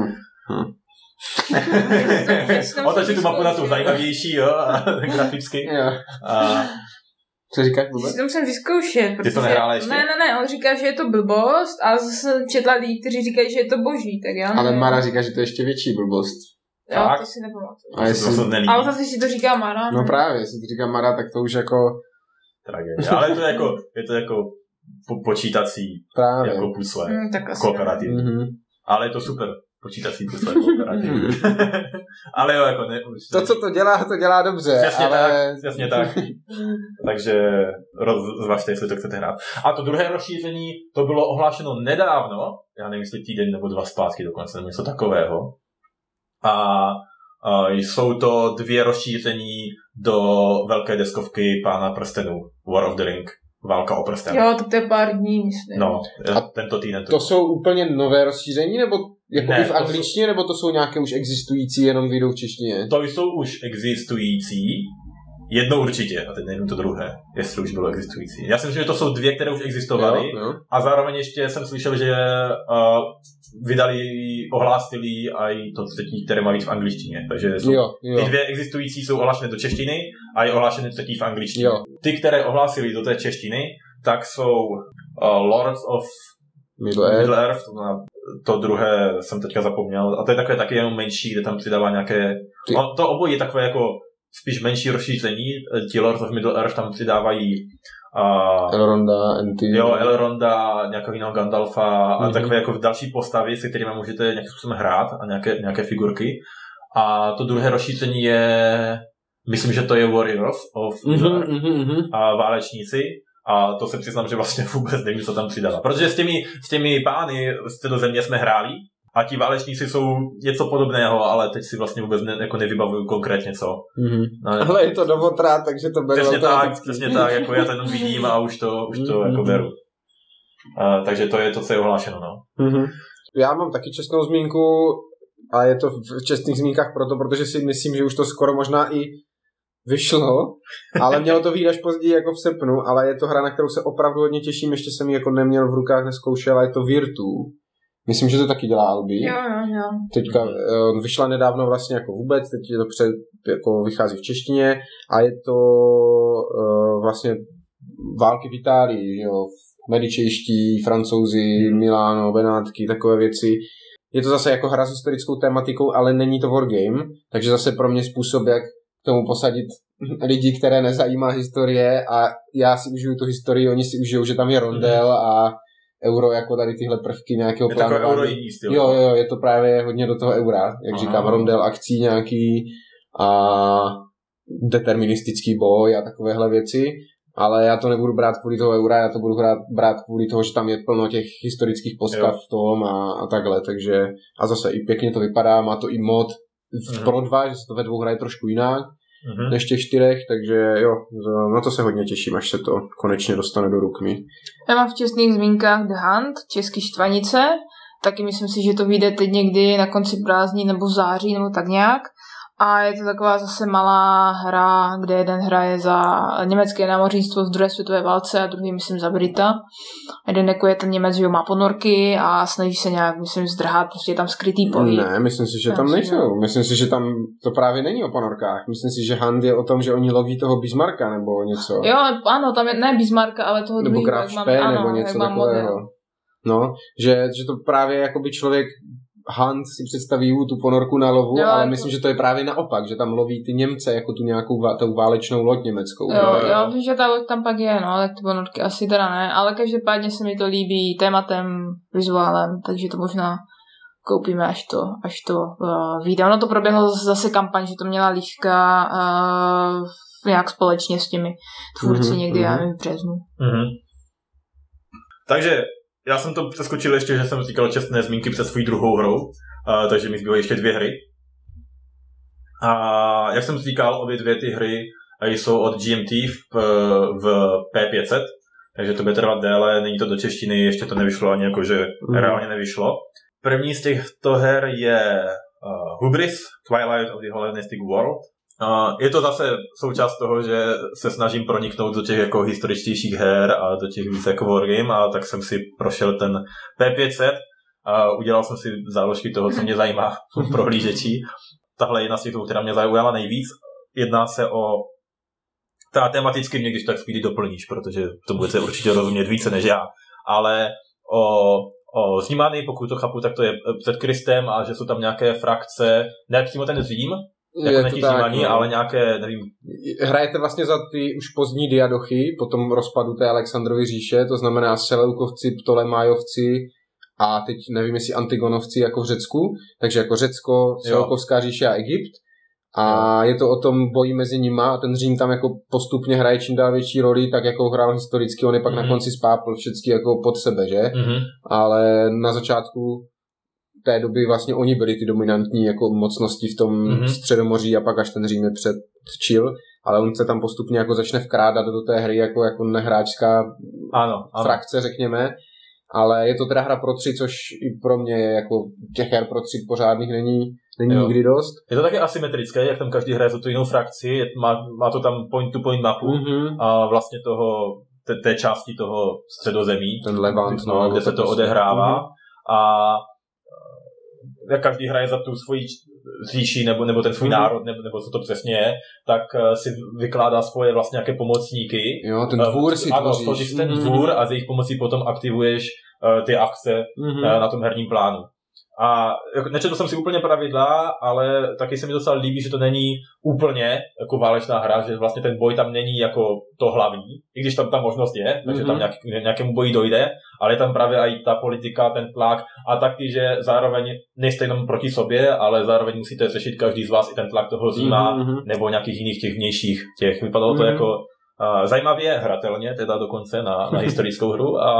Otočit tu mapu na tu zajímavější, jo, graficky. Co říkáš vůbec? To musím vyzkoušet. Ty to nehrála ještě? Ne, on říká, že je to blbost, ale zase jsem četla lidi, kteří říkají, že je to boží, tak já ale Mara říká, že to je ještě větší blbost. Jo, to si nepamatuju. Ale zase si to říká Mara. No právě, jestli to říká Mara, tak to už jako... Tragédie. Ale je to jako počítací právě. Jako pusle. Kooperativní. Ale je to super. Počítací pusle kooperativní. Ale jo, jako ne... To, co to dělá dobře. Přesně tak. Takže zvažte, jestli to chcete hrát. A to druhé rozšíření, to bylo ohlášeno nedávno, já nevím, jestli týden nebo 2 zpátky dokonce, nebo něco takového. A jsou to 2 rozšíření do velké deskovky Pána prstenů, War of the Ring, Válka o prsten. Jo, to je pár dní, myslím. No, tento týden. To jsou úplně nové rozšíření, nebo jako ne, i v angličtině, nebo to jsou nějaké už existující, jenom vyjdou v češtině? To jsou už existující, jedno určitě, a teď nevím to druhé, jestli už bylo existující. Já si myslím, že to jsou 2, které už existovaly, jo. A zároveň ještě jsem slyšel, že ohlásili i to třetí, které má být v angličtině. Takže jsou, ty 2 existující jsou ohlášené do češtiny a je ohlášené třetí v angličtině. Jo. Ty, které ohlásili do té češtiny, tak jsou Lords of Middle Earth, to druhé jsem teďka zapomněl. A to je takové taky jenom menší, kde tam přidává nějaké... To obojí je takové jako spíš menší rozšíření. Ti Lords of Middle Earth tam přidávají Elronda, nějakého jiného Gandalfa a takové jako další postavy, se kterými můžete nějakým způsobem hrát a nějaké figurky. A to druhé rozšíření je, myslím, že to je Warriors of a válečníci. A to se přiznám, že vlastně vůbec nevím, co tam přidala. Protože s těmi pány z této země jsme hráli a ti válečníci jsou něco podobného, ale teď si vlastně vůbec nevybavuju konkrétně co. Ale je to dovotrá, takže to beru. Přesně tak, jako já to jenom vidím a už to jako beru. Takže to je to, co je ohlášeno. No. Já mám taky čestnou zmínku a je to v čestných zmínkách protože si myslím, že už to skoro možná i vyšlo, ale mělo to vyjít až později jako v srpnu, ale je to hra, na kterou se opravdu hodně těším, ještě jsem ji jako neměl v rukách, neskoušel, a je to Virtu. Myslím, že to taky dělá Albi. Jo. Teďka vyšla nedávno vlastně jako vůbec, teď je to jako vychází v češtině a je to vlastně války v Itálii, jo, medičejští, Francouzi, Miláno, Benátky, takové věci. Je to zase jako hra s historickou tématikou, ale není to wargame, takže zase pro mě způsob, jak tomu posadit lidi, které nezajímá historie, a já si užiju tu historii, oni si užijou, že tam je rondel a euro jako tady tyhle prvky nějakého plánování. Je to euro jiný styl. Jo, je to právě hodně do toho eura, jak říkám, rondel akcí nějaký a deterministický boj a takovéhle věci, ale já to nebudu brát kvůli toho eura, já to budu brát kvůli toho, že tam je plno těch historických postav v tom a takhle, takže a zase i pěkně to vypadá, má to i mod pro 2, že se to ve 2 hraje trošku jinak než těch 4, takže jo, na to se hodně těším, až se to konečně dostane do ruk mi. Já mám v čestných zmínkách The Hunt, Český Štvanice, taky myslím si, že to vyjde teď někdy na konci prázdnin nebo v září nebo tak nějak. A je to taková zase malá hra, kde jeden hraje za německé námořnictvo v druhé světové válce a druhý, myslím, za Brita. Jeden jako je ten Němec, že má ponorky a snaží se nějak, myslím, zdrhat, prostě je tam skrytý pohyb. Ne, myslím si, že tam nejsou. Myslím si, že tam to právě není o ponorkách. Myslím si, že Hand je o tom, že oni loví toho Bismarcka nebo něco. Jo, ano, tam je ne Bismarcka, ale toho nebo druhého. Graf Špé nebo něco takového. No, že to právě jakoby člověk Hans si představí tu ponorku na lovu, jo, ale myslím, že to je právě naopak, že tam loví ty Němce jako tu nějakou tou válečnou loď německou. Jo, že ta loď tam pak je, no, ale ty ponorky asi teda ne, ale každopádně se mi to líbí tématem, vizuálem, takže to možná koupíme, až to vyjde. Ono to proběhlo zase kampaň, že to měla Líška nějak společně s těmi tvůrci někdy, já nevím, v březnu. Takže já jsem to přeskočil ještě, že jsem říkal čestné zmínky před svou druhou hrou, takže mi zbyly ještě 2 hry. A jak jsem říkal, obě 2 ty hry jsou od GMT v P500, takže to bude trvat déle, není to do češtiny, ještě to nevyšlo ani jakože reálně nevyšlo. První z těchto her je Hubris, Twilight of the Hellenistic World. Je to zase součást toho, že se snažím proniknout do těch jako historičtějších her a do těch víc jako wargame, a tak jsem si prošel ten P500 a udělal jsem si záložky toho, co mě zajímá v prohlížeči. Tahle jedna z těch, která mě zaujala nejvíc. Jedná se o... tematicky mě když tak Speedy doplníš, protože to budete určitě rozumět více než já, ale o Římany, pokud to chápu, tak to je před Kristem a že jsou tam nějaké frakce, ne přímo ten Řím, jako ne Římaní, ale nějaké, nevím. Hrajete vlastně za ty už pozdní diadochy, po tom rozpadu té Alexandrovy říše, to znamená Seleukovci, Ptolemájovci a teď nevím, jestli Antigonovci jako v Řecku, takže jako Řecko, Seleukovská říše a Egypt. A je to o tom boji mezi nima a ten Řím tam jako postupně hraje čím dál větší roli, tak jako hrál historicky, on je pak na konci spápl všechny jako pod sebe, že? Ale na začátku té doby vlastně oni byli ty dominantní jako mocnosti v tom Středomoří a pak až ten Řím je předčil, ale on se tam postupně jako začne vkrádat do té hry jako nehráčská frakce, řekněme. Ale je to teda hra pro 3, což i pro mě je jako těch her pro 3 pořádných není nikdy dost. Je to taky asymetrické, jak tam každý hraje za tu jinou frakci, má to tam point-to-point mapu a vlastně té části toho středozemí, ten Levant, kde se to odehrává. A jak každý hraje za tu svoji říši nebo ten svůj národ, nebo co to přesně je, tak si vykládá svoje vlastně nějaké pomocníky. Jo, ten dvůr si tvoříš. Ano, ten dvůr a z jejich pomocí potom aktivuješ ty akce na tom herním plánu. A nečetl jsem si úplně pravidla, ale taky se mi docela líbí, že to není úplně jako válečná hra, že vlastně ten boj tam není jako to hlavní, i když tam ta možnost je, takže tam nějakému boji dojde, ale je tam právě i ta politika, ten tlak a taky, že zároveň nejste jenom proti sobě, ale zároveň musíte řešit každý z vás i ten tlak toho Říma nebo nějakých jiných těch vnějších těch. Vypadalo to jako zajímavě hratelně, teda dokonce na historickou hru a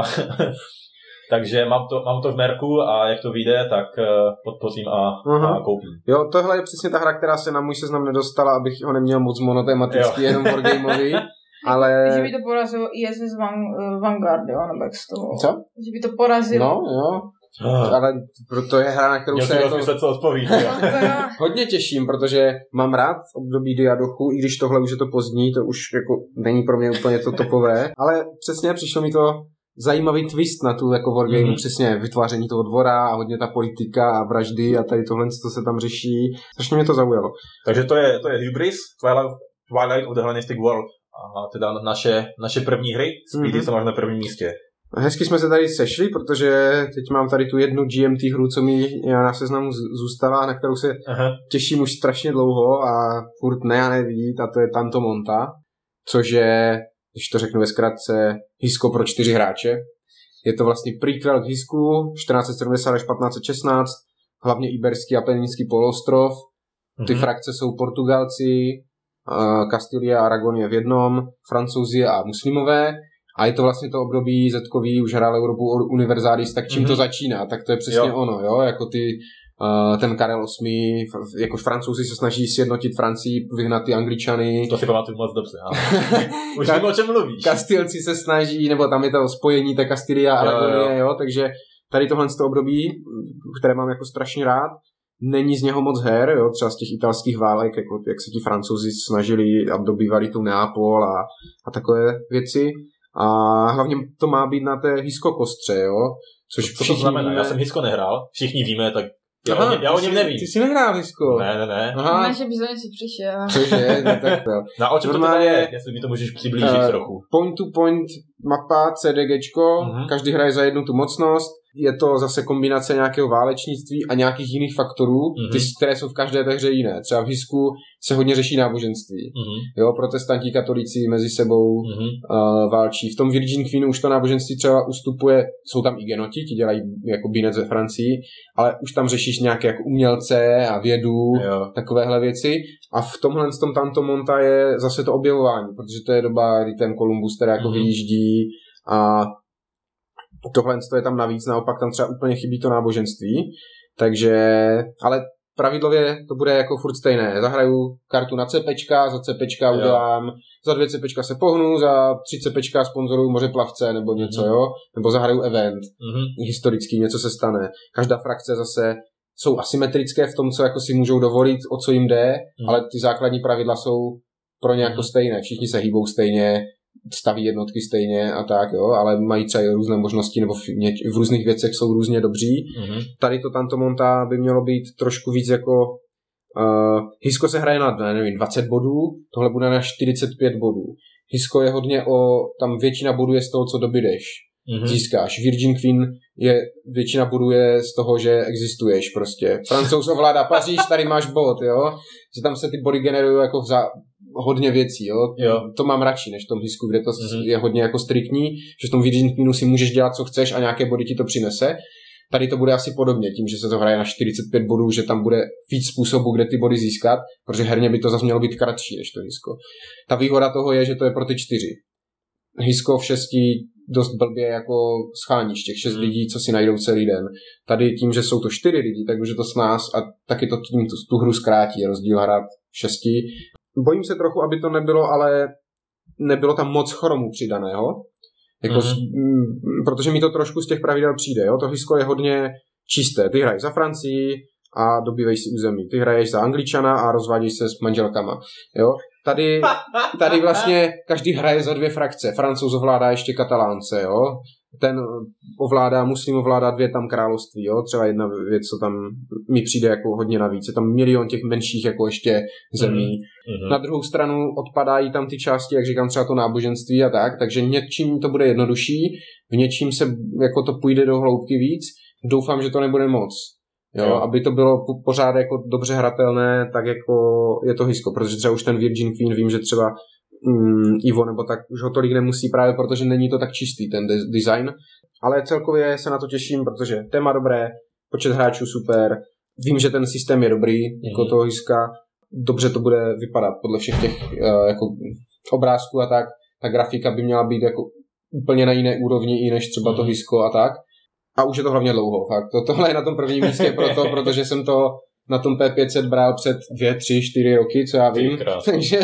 takže mám to v merku a jak to vyjde, tak podpořím a koupím. Jo, tohle je přesně ta hra, která se na můj seznam nedostala, abych ho neměl moc monotematický, jenom wargameový, ale... Že by to porazilo ISS Vanguard, jo, nebo jak z toho. Co? Že by to porazilo. No, jo. Ale to je hra, na kterou se jako... co odpoví. hodně těším, protože mám rád období diadochu, i když tohle už je to pozdní, to už jako není pro mě úplně to topové, ale přesně přišlo mi to zajímavý twist na tu jako wargame, přesně vytváření toho dvora a hodně ta politika a vraždy a tady tohle, co se tam řeší. Strašně mě to zaujalo. Takže to je Hubris, Twilight of the Hellenistic World a teda naše první hry. Speedy se máš na prvním místě. Hezky jsme se tady sešli, protože teď mám tady tu jednu GMT hru, co mi na seznamu zůstala, na kterou se těším už strašně dlouho a furt neví, a to je Tanto Monta, což je, když to řeknu ve zkratce, Hisko pro 4 hráče. Je to vlastně prequel k Hisku 1470 až 1516, hlavně Iberský a Apeninský poloostrov. Ty frakce jsou Portugalci, Kastilie a Aragonie v jednom, Francouzi a muslimové. A je to vlastně to období Zetkový, už hrál Europu Universalis, tak čím to začíná, tak to je přesně ono, jo, jako ten Karel VIII, jako Francouzi se snaží sjednotit Francii, vyhnat ty Angličany. To si pamatuju moc dobře, už vím, o čem mluvíš. Kastilci se snaží, nebo tam je to spojení té Kastilie a Aragonie, jo, takže tady tohle z toho období, které mám jako strašně rád, není z něho moc her, jo, třeba z těch italských válek, jako jak se ti Francouzi snažili a dobývali tu Neapol a takové věci. A hlavně to má být na té Hisko-kostře, jo? Co to znamená? Já jsem Hisko nehrál, všichni víme, tak já o něm nevím. Ty jsi nehrál Hisko? Ne. Aha. Ne, že bys za něco přišel. Cože, no tak jo. Na o čem to teda je, jestli mi to můžeš přiblížit trochu. Point to point mapa, CDGčko, každý hraje za jednu tu mocnost, je to zase kombinace nějakého válečnictví a nějakých jiných faktorů, ty, které jsou v každé té hře jiné. Třeba v Hisku se hodně řeší náboženství. Jo, protestanti, katolíci mezi sebou válčí. V tom Virgin Queen už to náboženství třeba ustupuje, jsou tam i genoti, ti dělají jako binec ve Francii, ale už tam řešíš nějaké jako umělce a vědu, takovéhle věci. A v tomhle tom Tanto Monta je zase to objevování, protože to je doba, kdy ten Kolumbus teda jako vyjíždí a tohle je tam navíc, naopak tam třeba úplně chybí to náboženství, takže, ale pravidlově to bude jako furt stejné. Zahraju kartu na CPčka, za CPčka udělám, za 2 CPčka se pohnu, za 3 CPčka sponzoruju mořeplavce nebo něco, jo, nebo zahraju event historický, něco se stane. Každá frakce zase jsou asymetrické v tom, co jako si můžou dovolit, o co jim jde, ale ty základní pravidla jsou pro ně jako stejné. Všichni se hýbou stejně, staví jednotky stejně a tak, jo, ale mají třeba různé možnosti nebo v různých věcech jsou různě dobří. Tady to Tanto Monta by mělo být trošku víc jako Hisko se hraje na, nevím, 20 bodů, tohle bude na 45 bodů. Hisko je hodně tam většina bodů je z toho, co dobydeš. Získáš. Virgin Queen je, většina bodů je z toho, že existuješ prostě. Francouz ovládá Paříž, tady máš bod, jo. Že tam se ty body generují jako hodně věcí, jo. To mám radši, než v tom Hisku, kde to je hodně jako striktní, že v tom Virgin Queenu si můžeš dělat, co chceš a nějaké body ti to přinese. Tady to bude asi podobně, tím, že se to hraje na 45 bodů, že tam bude víc způsobů, kde ty body získat, protože herně by to zase mělo být kratší než to Hisko. Ta výhoda toho je, že to je pro ty 4. Hisko v 6 dost blbě jako scháníš těch 6 lidí, co si najdou celý den. Tady tím, že jsou to 4 lidi, tak už je to s nás a taky to tím tu hru zkrátí, rozdíl hrát 6. Bojím se trochu, aby to nebylo, ale nebylo tam moc chromu přidaného. Jako protože mi to trošku z těch pravidel přijde. Jo? To Hisko je hodně čisté. Ty hraješ za Francii a dobývej si území. Ty hraješ za Angličana a rozvádíš se s manželkama. Jo? Tady vlastně každý hraje za 2 frakce. Francouz ovládá ještě Katalánce. Jo? Ten muslim ovládá 2 tam království. Jo? Třeba jedna věc, co tam mi přijde jako hodně navíc. Je tam milion těch menších jako ještě zemí. Na druhou stranu odpadají tam ty části, jak říkám, třeba to náboženství a tak, takže něčím to bude jednodušší, v něčím se jako to půjde do hloubky víc. Doufám, že to nebude moc. Jo? Aby to bylo pořád jako dobře hratelné, tak jako je to Hisko, protože třeba už ten Virgin Queen vím, že třeba Ivo nebo tak už ho tolik nemusí právě, protože není to tak čistý ten design, ale celkově se na to těším, protože téma dobré, počet hráčů super, vím, že ten systém je dobrý, jako toho Hiska, dobře to bude vypadat podle všech těch jako obrázků a tak, ta grafika by měla být jako úplně na jiné úrovni i než třeba to Hisko a tak. A už je to hlavně dlouho, fakt. Tohle je na tom prvním místě protože jsem to na tom P500 bral před 2, 3, 4 roky, co já vím. Takže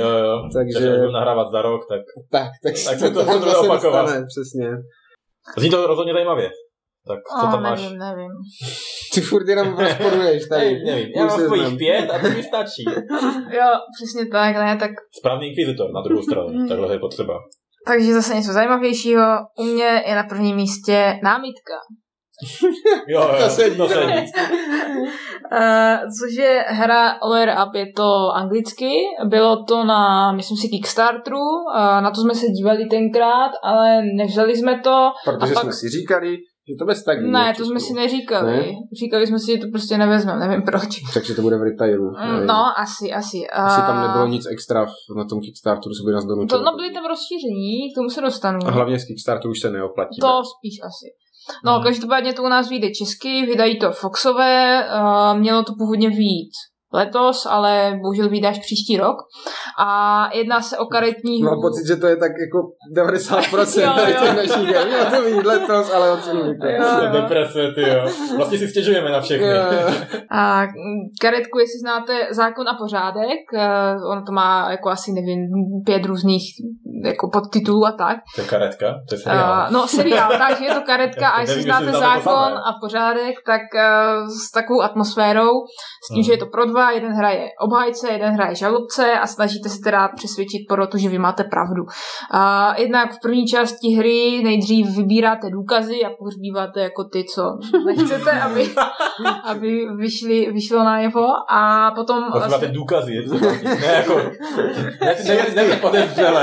budu nahrávat za rok, tak se to zase opakovat. Přesně. Zní to rozhodně zajímavě. Tak co tam máš? Nevím. Ty furt jenom rozporuješ tady. Nevím, já mám svojich 5 a to mi stačí. Jo, přesně tak, ne, tak... Správný inkvizitor na druhou stranu, takhle je potřeba. Takže zase něco zajímavějšího. U mě je na prvním místě námitka. Jo, to se nic. Což je hra Lawyer Up, je to anglicky, bylo to na, myslím si, Kickstarteru, na to jsme se dívali tenkrát, ale nevzali jsme to. Protože jsme si říkali, že to bez tak. Ne, to jsme si neříkali. Ne? Říkali jsme si, že to prostě nevezmeme, nevím proč. Takže to bude v retailu. No, asi. Asi tam nebylo nic extra na tom Kickstarteru, co by nás donutilo. No, byly tam rozšíření, k tomu se dostanu. A hlavně z Kickstarteru už se neoplatí. To spíš asi. No, každopádně to u nás vyjde česky, vydají to Foxové, mělo to původně vyjít letos, ale bohužel vyjde až příští rok. A jedná se o karetní hru. Mám pocit, že to je tak jako 90% tady těch našich her. Mělo to vyjít letos, ale oceňujte. Deprese, tyjo. Vlastně si stěžujeme na všechny. A karetku, jestli znáte Zákon a pořádek, ono to má jako asi, nevím, 5 různých jako podtitulů a tak. To je karetka? To je seriál. No, seriál, takže je to karetka a jestli znáte Zákon a pořádek, tak s takovou atmosférou, s tím, že je to pro 2, jeden hraje obhájce, jeden hraje žalobce a snažíte se teda přesvědčit porotu, že vy máte pravdu. Jednak v první části hry nejdřív vybíráte důkazy a pohřbíváte jako ty, co nechcete, aby vyšlo najevo a potom... Pohřbíváte důkazy, ne jako... Ne podezřelé, nebo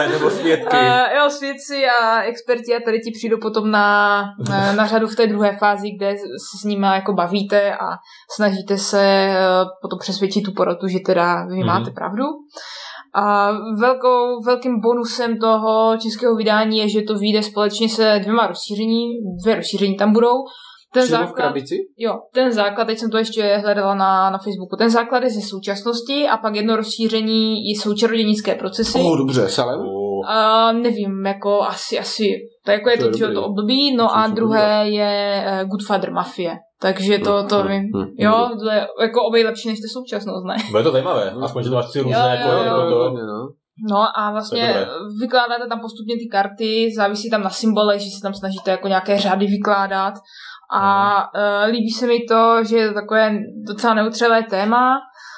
svědky. Jo, svědci a experti a tady ti přijdou potom na řadu v té druhé fázi, kde se s nimi jako bavíte a snažíte se potom přesvědčit tu porotu, že teda vy máte pravdu. A velkým bonusem toho českého vydání je, že to vyjde společně se dvě rozšíření tam budou. Ten Přímo základ, v krabici? Jo, ten základ, teď jsem to ještě hledala na Facebooku, ten základ je ze současnosti a pak jedno rozšíření jsou čarodějnické procesy. Dobře, Salem? Nevím, jako asi, to jako je to období, no a druhé je Goodfather Mafie. Takže to vím. Jo, to je jako obě lepší než ta současnost, ne? Bude to zajímavé, aspoň, že to máš si různé jako to. No a vlastně vykládáte tam postupně ty karty, závisí tam na symbolech, že se tam snažíte jako nějaké řady vykládat a líbí se mi to, že je to takové docela neutřelé téma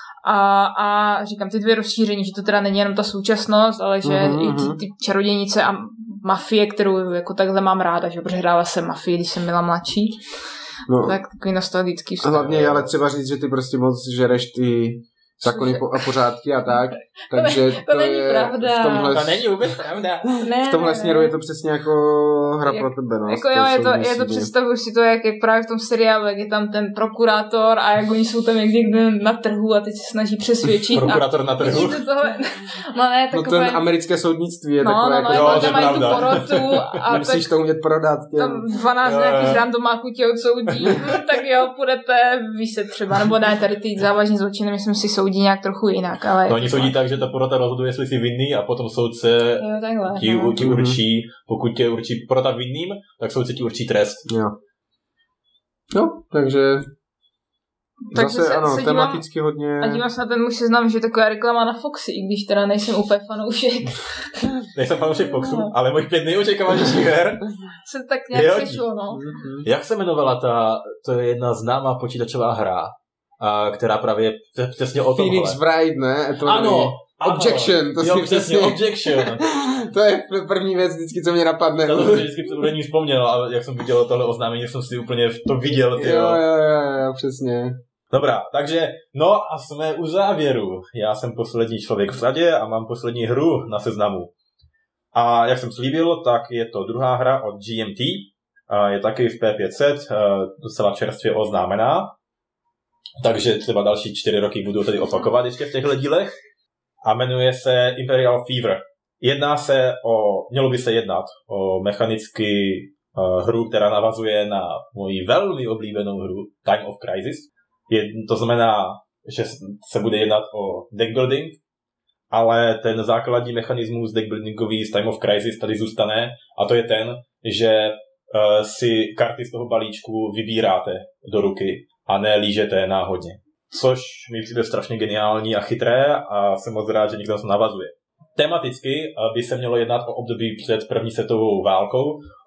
a říkám ty dvě rozšíření, že to teda není jenom ta současnost, ale že i ty čarodějnice a mafie, kterou jako takhle mám ráda, že protože hrála jsem mafii, když jsem byla mladší. No. Tak takový nostalgický vztah. Hlavně je ale třeba říct, že ty prostě moc žereš ty zákony a pořádky a tak. Takže to není pravda. To není vůbec pravda. V tomhle směru je to přesně jako hra pro tebe. No, jako je to představuji si to, jak právě v tom seriálu, jak je tam ten prokurátor a jak oni jsou tam někde na trhu a teď se snaží přesvědčit. Prokurátor na trhu? Ten americké soudnictví je takové jako... Jo, tam mají tu porotu a musíš to umět prodat. Tam 12 nějakých randomáků tě odsoudí. Tak jo, půjdete vyset třeba, nebo ne, tady ty závažní zločiny, myslím si, soudí nějak trochu jinak, ale... No oni soudí tak, že ta porota rozhoduje, jestli jsi vinný a potom soudce ti určí, pokud tě určí porota vinným, tak soudce ti určí trest. Jo. No, takže zase ano, tematicky hodně... A dívám se na ten můj seznam, že taková reklama na Foxy, i když teda nejsem úplně fanoušek. Nejsem fanoušek Foxu, ale můj 5 nejočekávanějších her. Se tak nějak přišlo, no. Jak se jmenovala to je jedna známá počítačová hra, která právě přesně o tom Phoenix Wright, ne? To ano. Objection, to jo, si přesně... Objection. To je první věc vždycky, co mě napadne. Já to vždycky úplně vzpomněl, ale jak jsem viděl tohle oznámení, jsem si úplně to viděl. Jo, přesně. Dobrá, takže, no a jsme u závěru. Já jsem poslední člověk v řadě a mám poslední hru na seznamu. A jak jsem slíbil, tak je to druhá hra od GMT. Je taky v P500, docela čerstvě oznámená. Takže třeba další 4 roky budu tady opakovat ještě v těchto dílech. A jmenuje se Imperial Fever. Mělo by se jednat o mechanicky hru, která navazuje na moji velmi oblíbenou hru Time of Crisis. To znamená, že se bude jednat o deckbuilding, ale ten základní mechanismus deckbuildingový z Time of Crisis tady zůstane a to je ten, že si karty z toho balíčku vybíráte do ruky a ne lížete náhodně. Což mi přijde strašně geniální a chytré a jsem moc rád, že někdo to navazuje. Tematicky by se mělo jednat o období před první světovou válkou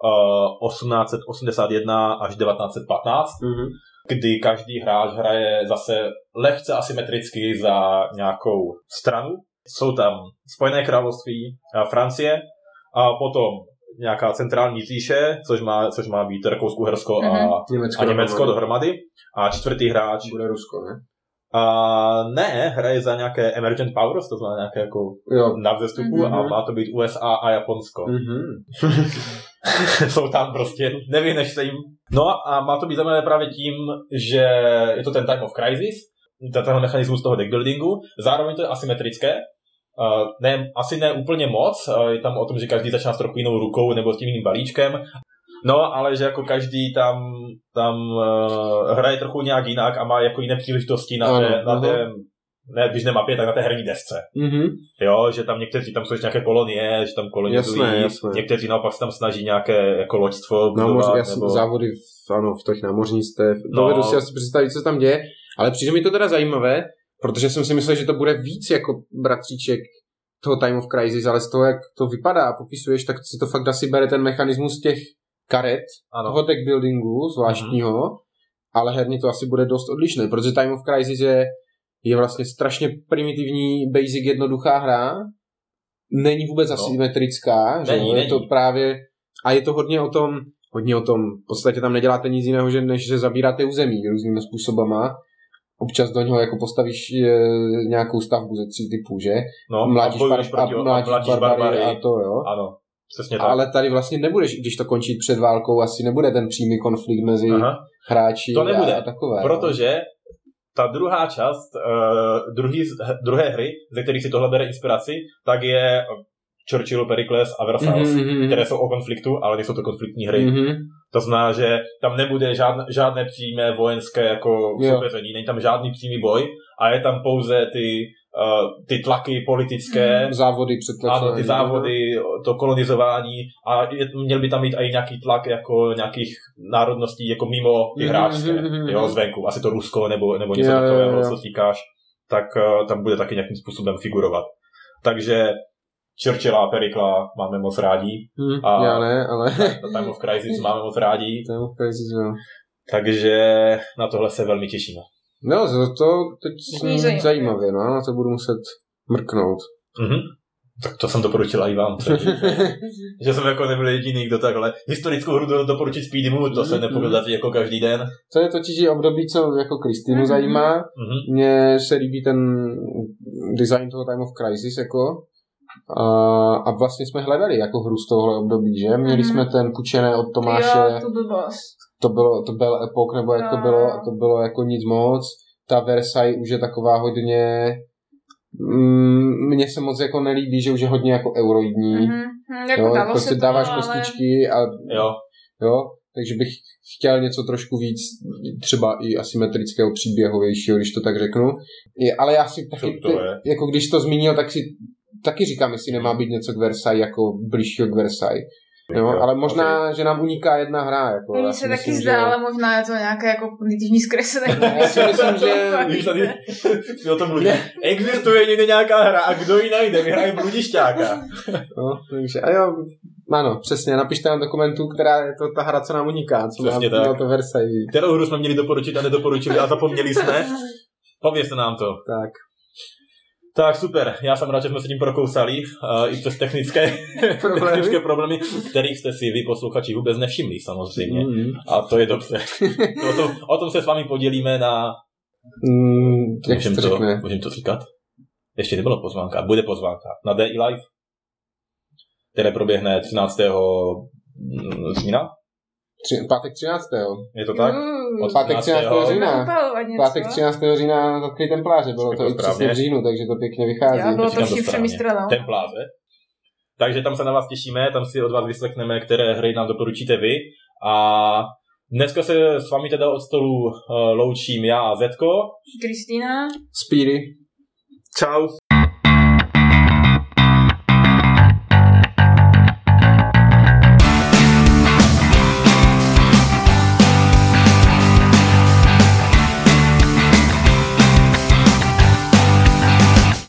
1881 až 1915, kdy každý hráč hraje zase lehce asymetricky za nějakou stranu. Jsou tam Spojené království, Francie a potom nějaká centrální říše, což má být Rakousko-Uhersko a Německo dohromady. A čtvrtý hráč bude Rusko, ne? Ne, hraje za nějaké emergent powers, to znamená nějaké jako na vzestupu a má to být USA a Japonsko. Jsou tam prostě, nevyhneš se jim. No a má to být zajímavé právě tím, že je to ten Time of Crisis, ten mechanismus toho deckbuildingu, zároveň to je asymetrické, asi ne úplně moc, je tam o tom, že každý začíná s trochu jinou rukou nebo s tím jiným balíčkem, no ale že jako každý tam hraje trochu nějak jinak a má jako jiné příležitosti na té ne běžné mapě, tak na té herní desce. Jo, že tam někteří tam jsou ještě nějaké kolonie, že tam kolonizují, někteří naopak se tam snaží nějaké jako loďstvo budovat. Nebo... Závody v těch námořnictvech. Dovedu si asi představit, co tam děje, ale přijde mi to teda zajímavé, protože jsem si myslel, že to bude víc jako bratříček toho Time of Crisis, ale z toho, jak to vypadá a popisuješ, tak si to fakt asi bere ten mechanismus těch karet, toho deckbuildingu zvláštního, ale herně to asi bude dost odlišné, protože Time of Crisis je vlastně strašně primitivní, basic, jednoduchá hra, není vůbec asymetrická, že je to právě, a je to hodně o tom, v podstatě tam neděláte nic jiného, než že zabíráte území různými způsobama občas do něho jako postavíš nějakou stavbu ze 3 typů, že? No, mlátíš barbary a to, jo. Ano, přesně tak. Ale tady vlastně nebudeš, když to končí před válkou, asi nebude ten přímý konflikt mezi hráči to nebude, a takové. Protože ta druhá část druhé hry, ze kterých si tohle bere inspiraci, tak je Churchill, Pericles a Versailles, které jsou o konfliktu, ale nejsou to konfliktní hry. To znamená, že tam nebude žádné přímé vojenské jako soupeření, není tam žádný přímý boj a je tam pouze ty tlaky politické, závody přetlačování. Ano, ty závody, to kolonizování a měl by tam být i nějaký tlak jako nějakých národností jako mimo ty hráčské, jo, zvenku, asi to Rusko nebo něco takového, co říkáš, tak tam bude taky nějakým způsobem figurovat. Takže Churchilla a Perikla máme moc rádi. A já ne, ale Time of Crisis máme moc rádi. Time of Crisis, jo. Takže na tohle se velmi těšíme. No, to teď zajímavě, no, na to budu muset mrknout. Tak to jsem doporučila i vám. Že jsem jako nebyl jediný, kdo takhle historickou hru doporučit Speedymu, to se nepovedaří jako každý den. To je totiž období, co jako Kristýnu zajímá. Mně se líbí ten design toho Time of Crisis, jako. A vlastně jsme hledali jako hru z tohohle období, že? Měli jsme ten Pučené od Tomáše. Jo, to blbost. To byl Epoch, nebo jak to bylo, a to bylo jako nic moc. Ta Versailles už je taková hodně... Mně se moc jako nelíbí, že už je hodně jako euroidní. Jako prostě dáváš kostičky a... Jo, takže bych chtěl něco trošku víc, třeba i asymetrického příběhovějšího, když to tak řeknu. Ale já si taky, jako když to zmínil, tak si taky říkám, jestli nemá být něco k Versailles, jako blížšího k Versailles. Jo, ale možná, že nám uniká jedna hra. Jako, mně se taky zdá, ale možná je to nějaké jako kognitivní zkreslení. Já si myslím, že... Víš, tady si o tom mluví. Existuje někde nějaká hra a kdo ji najde? My hrajeme Bludišťáka. No, takže, a jo, ano, přesně, napište nám do komentů, která je to ta hra, co nám uniká, co přesně nám to Versailles. Kterou hru jsme měli doporučit a nedoporučili a zapomněli jsme. Povězte nám to. Tak super, já jsem rád, že jsme se tím prokousali, i přes technické problémy, kterých jste si vy posluchači vůbec nevšimli samozřejmě. A to je dobře. O tom se s vámi podělíme na... Můžem to říkat? Ještě nebyla pozvánka, bude pozvánka na DI Live, které proběhne 13. října. Pátek 13. Je to tak? Pátek 13. října. Pátek 13. října zatkli Templáře. Bylo to i přesně v říjnu, takže to pěkně vychází. Já bylo to všemistr, no. Templáře. Takže tam se na vás těšíme, tam si od vás vyslechneme, které hry nám doporučíte vy. A dneska se s vámi teda od stolu loučím já a Zetko. Kristýna. Speedy. Čau.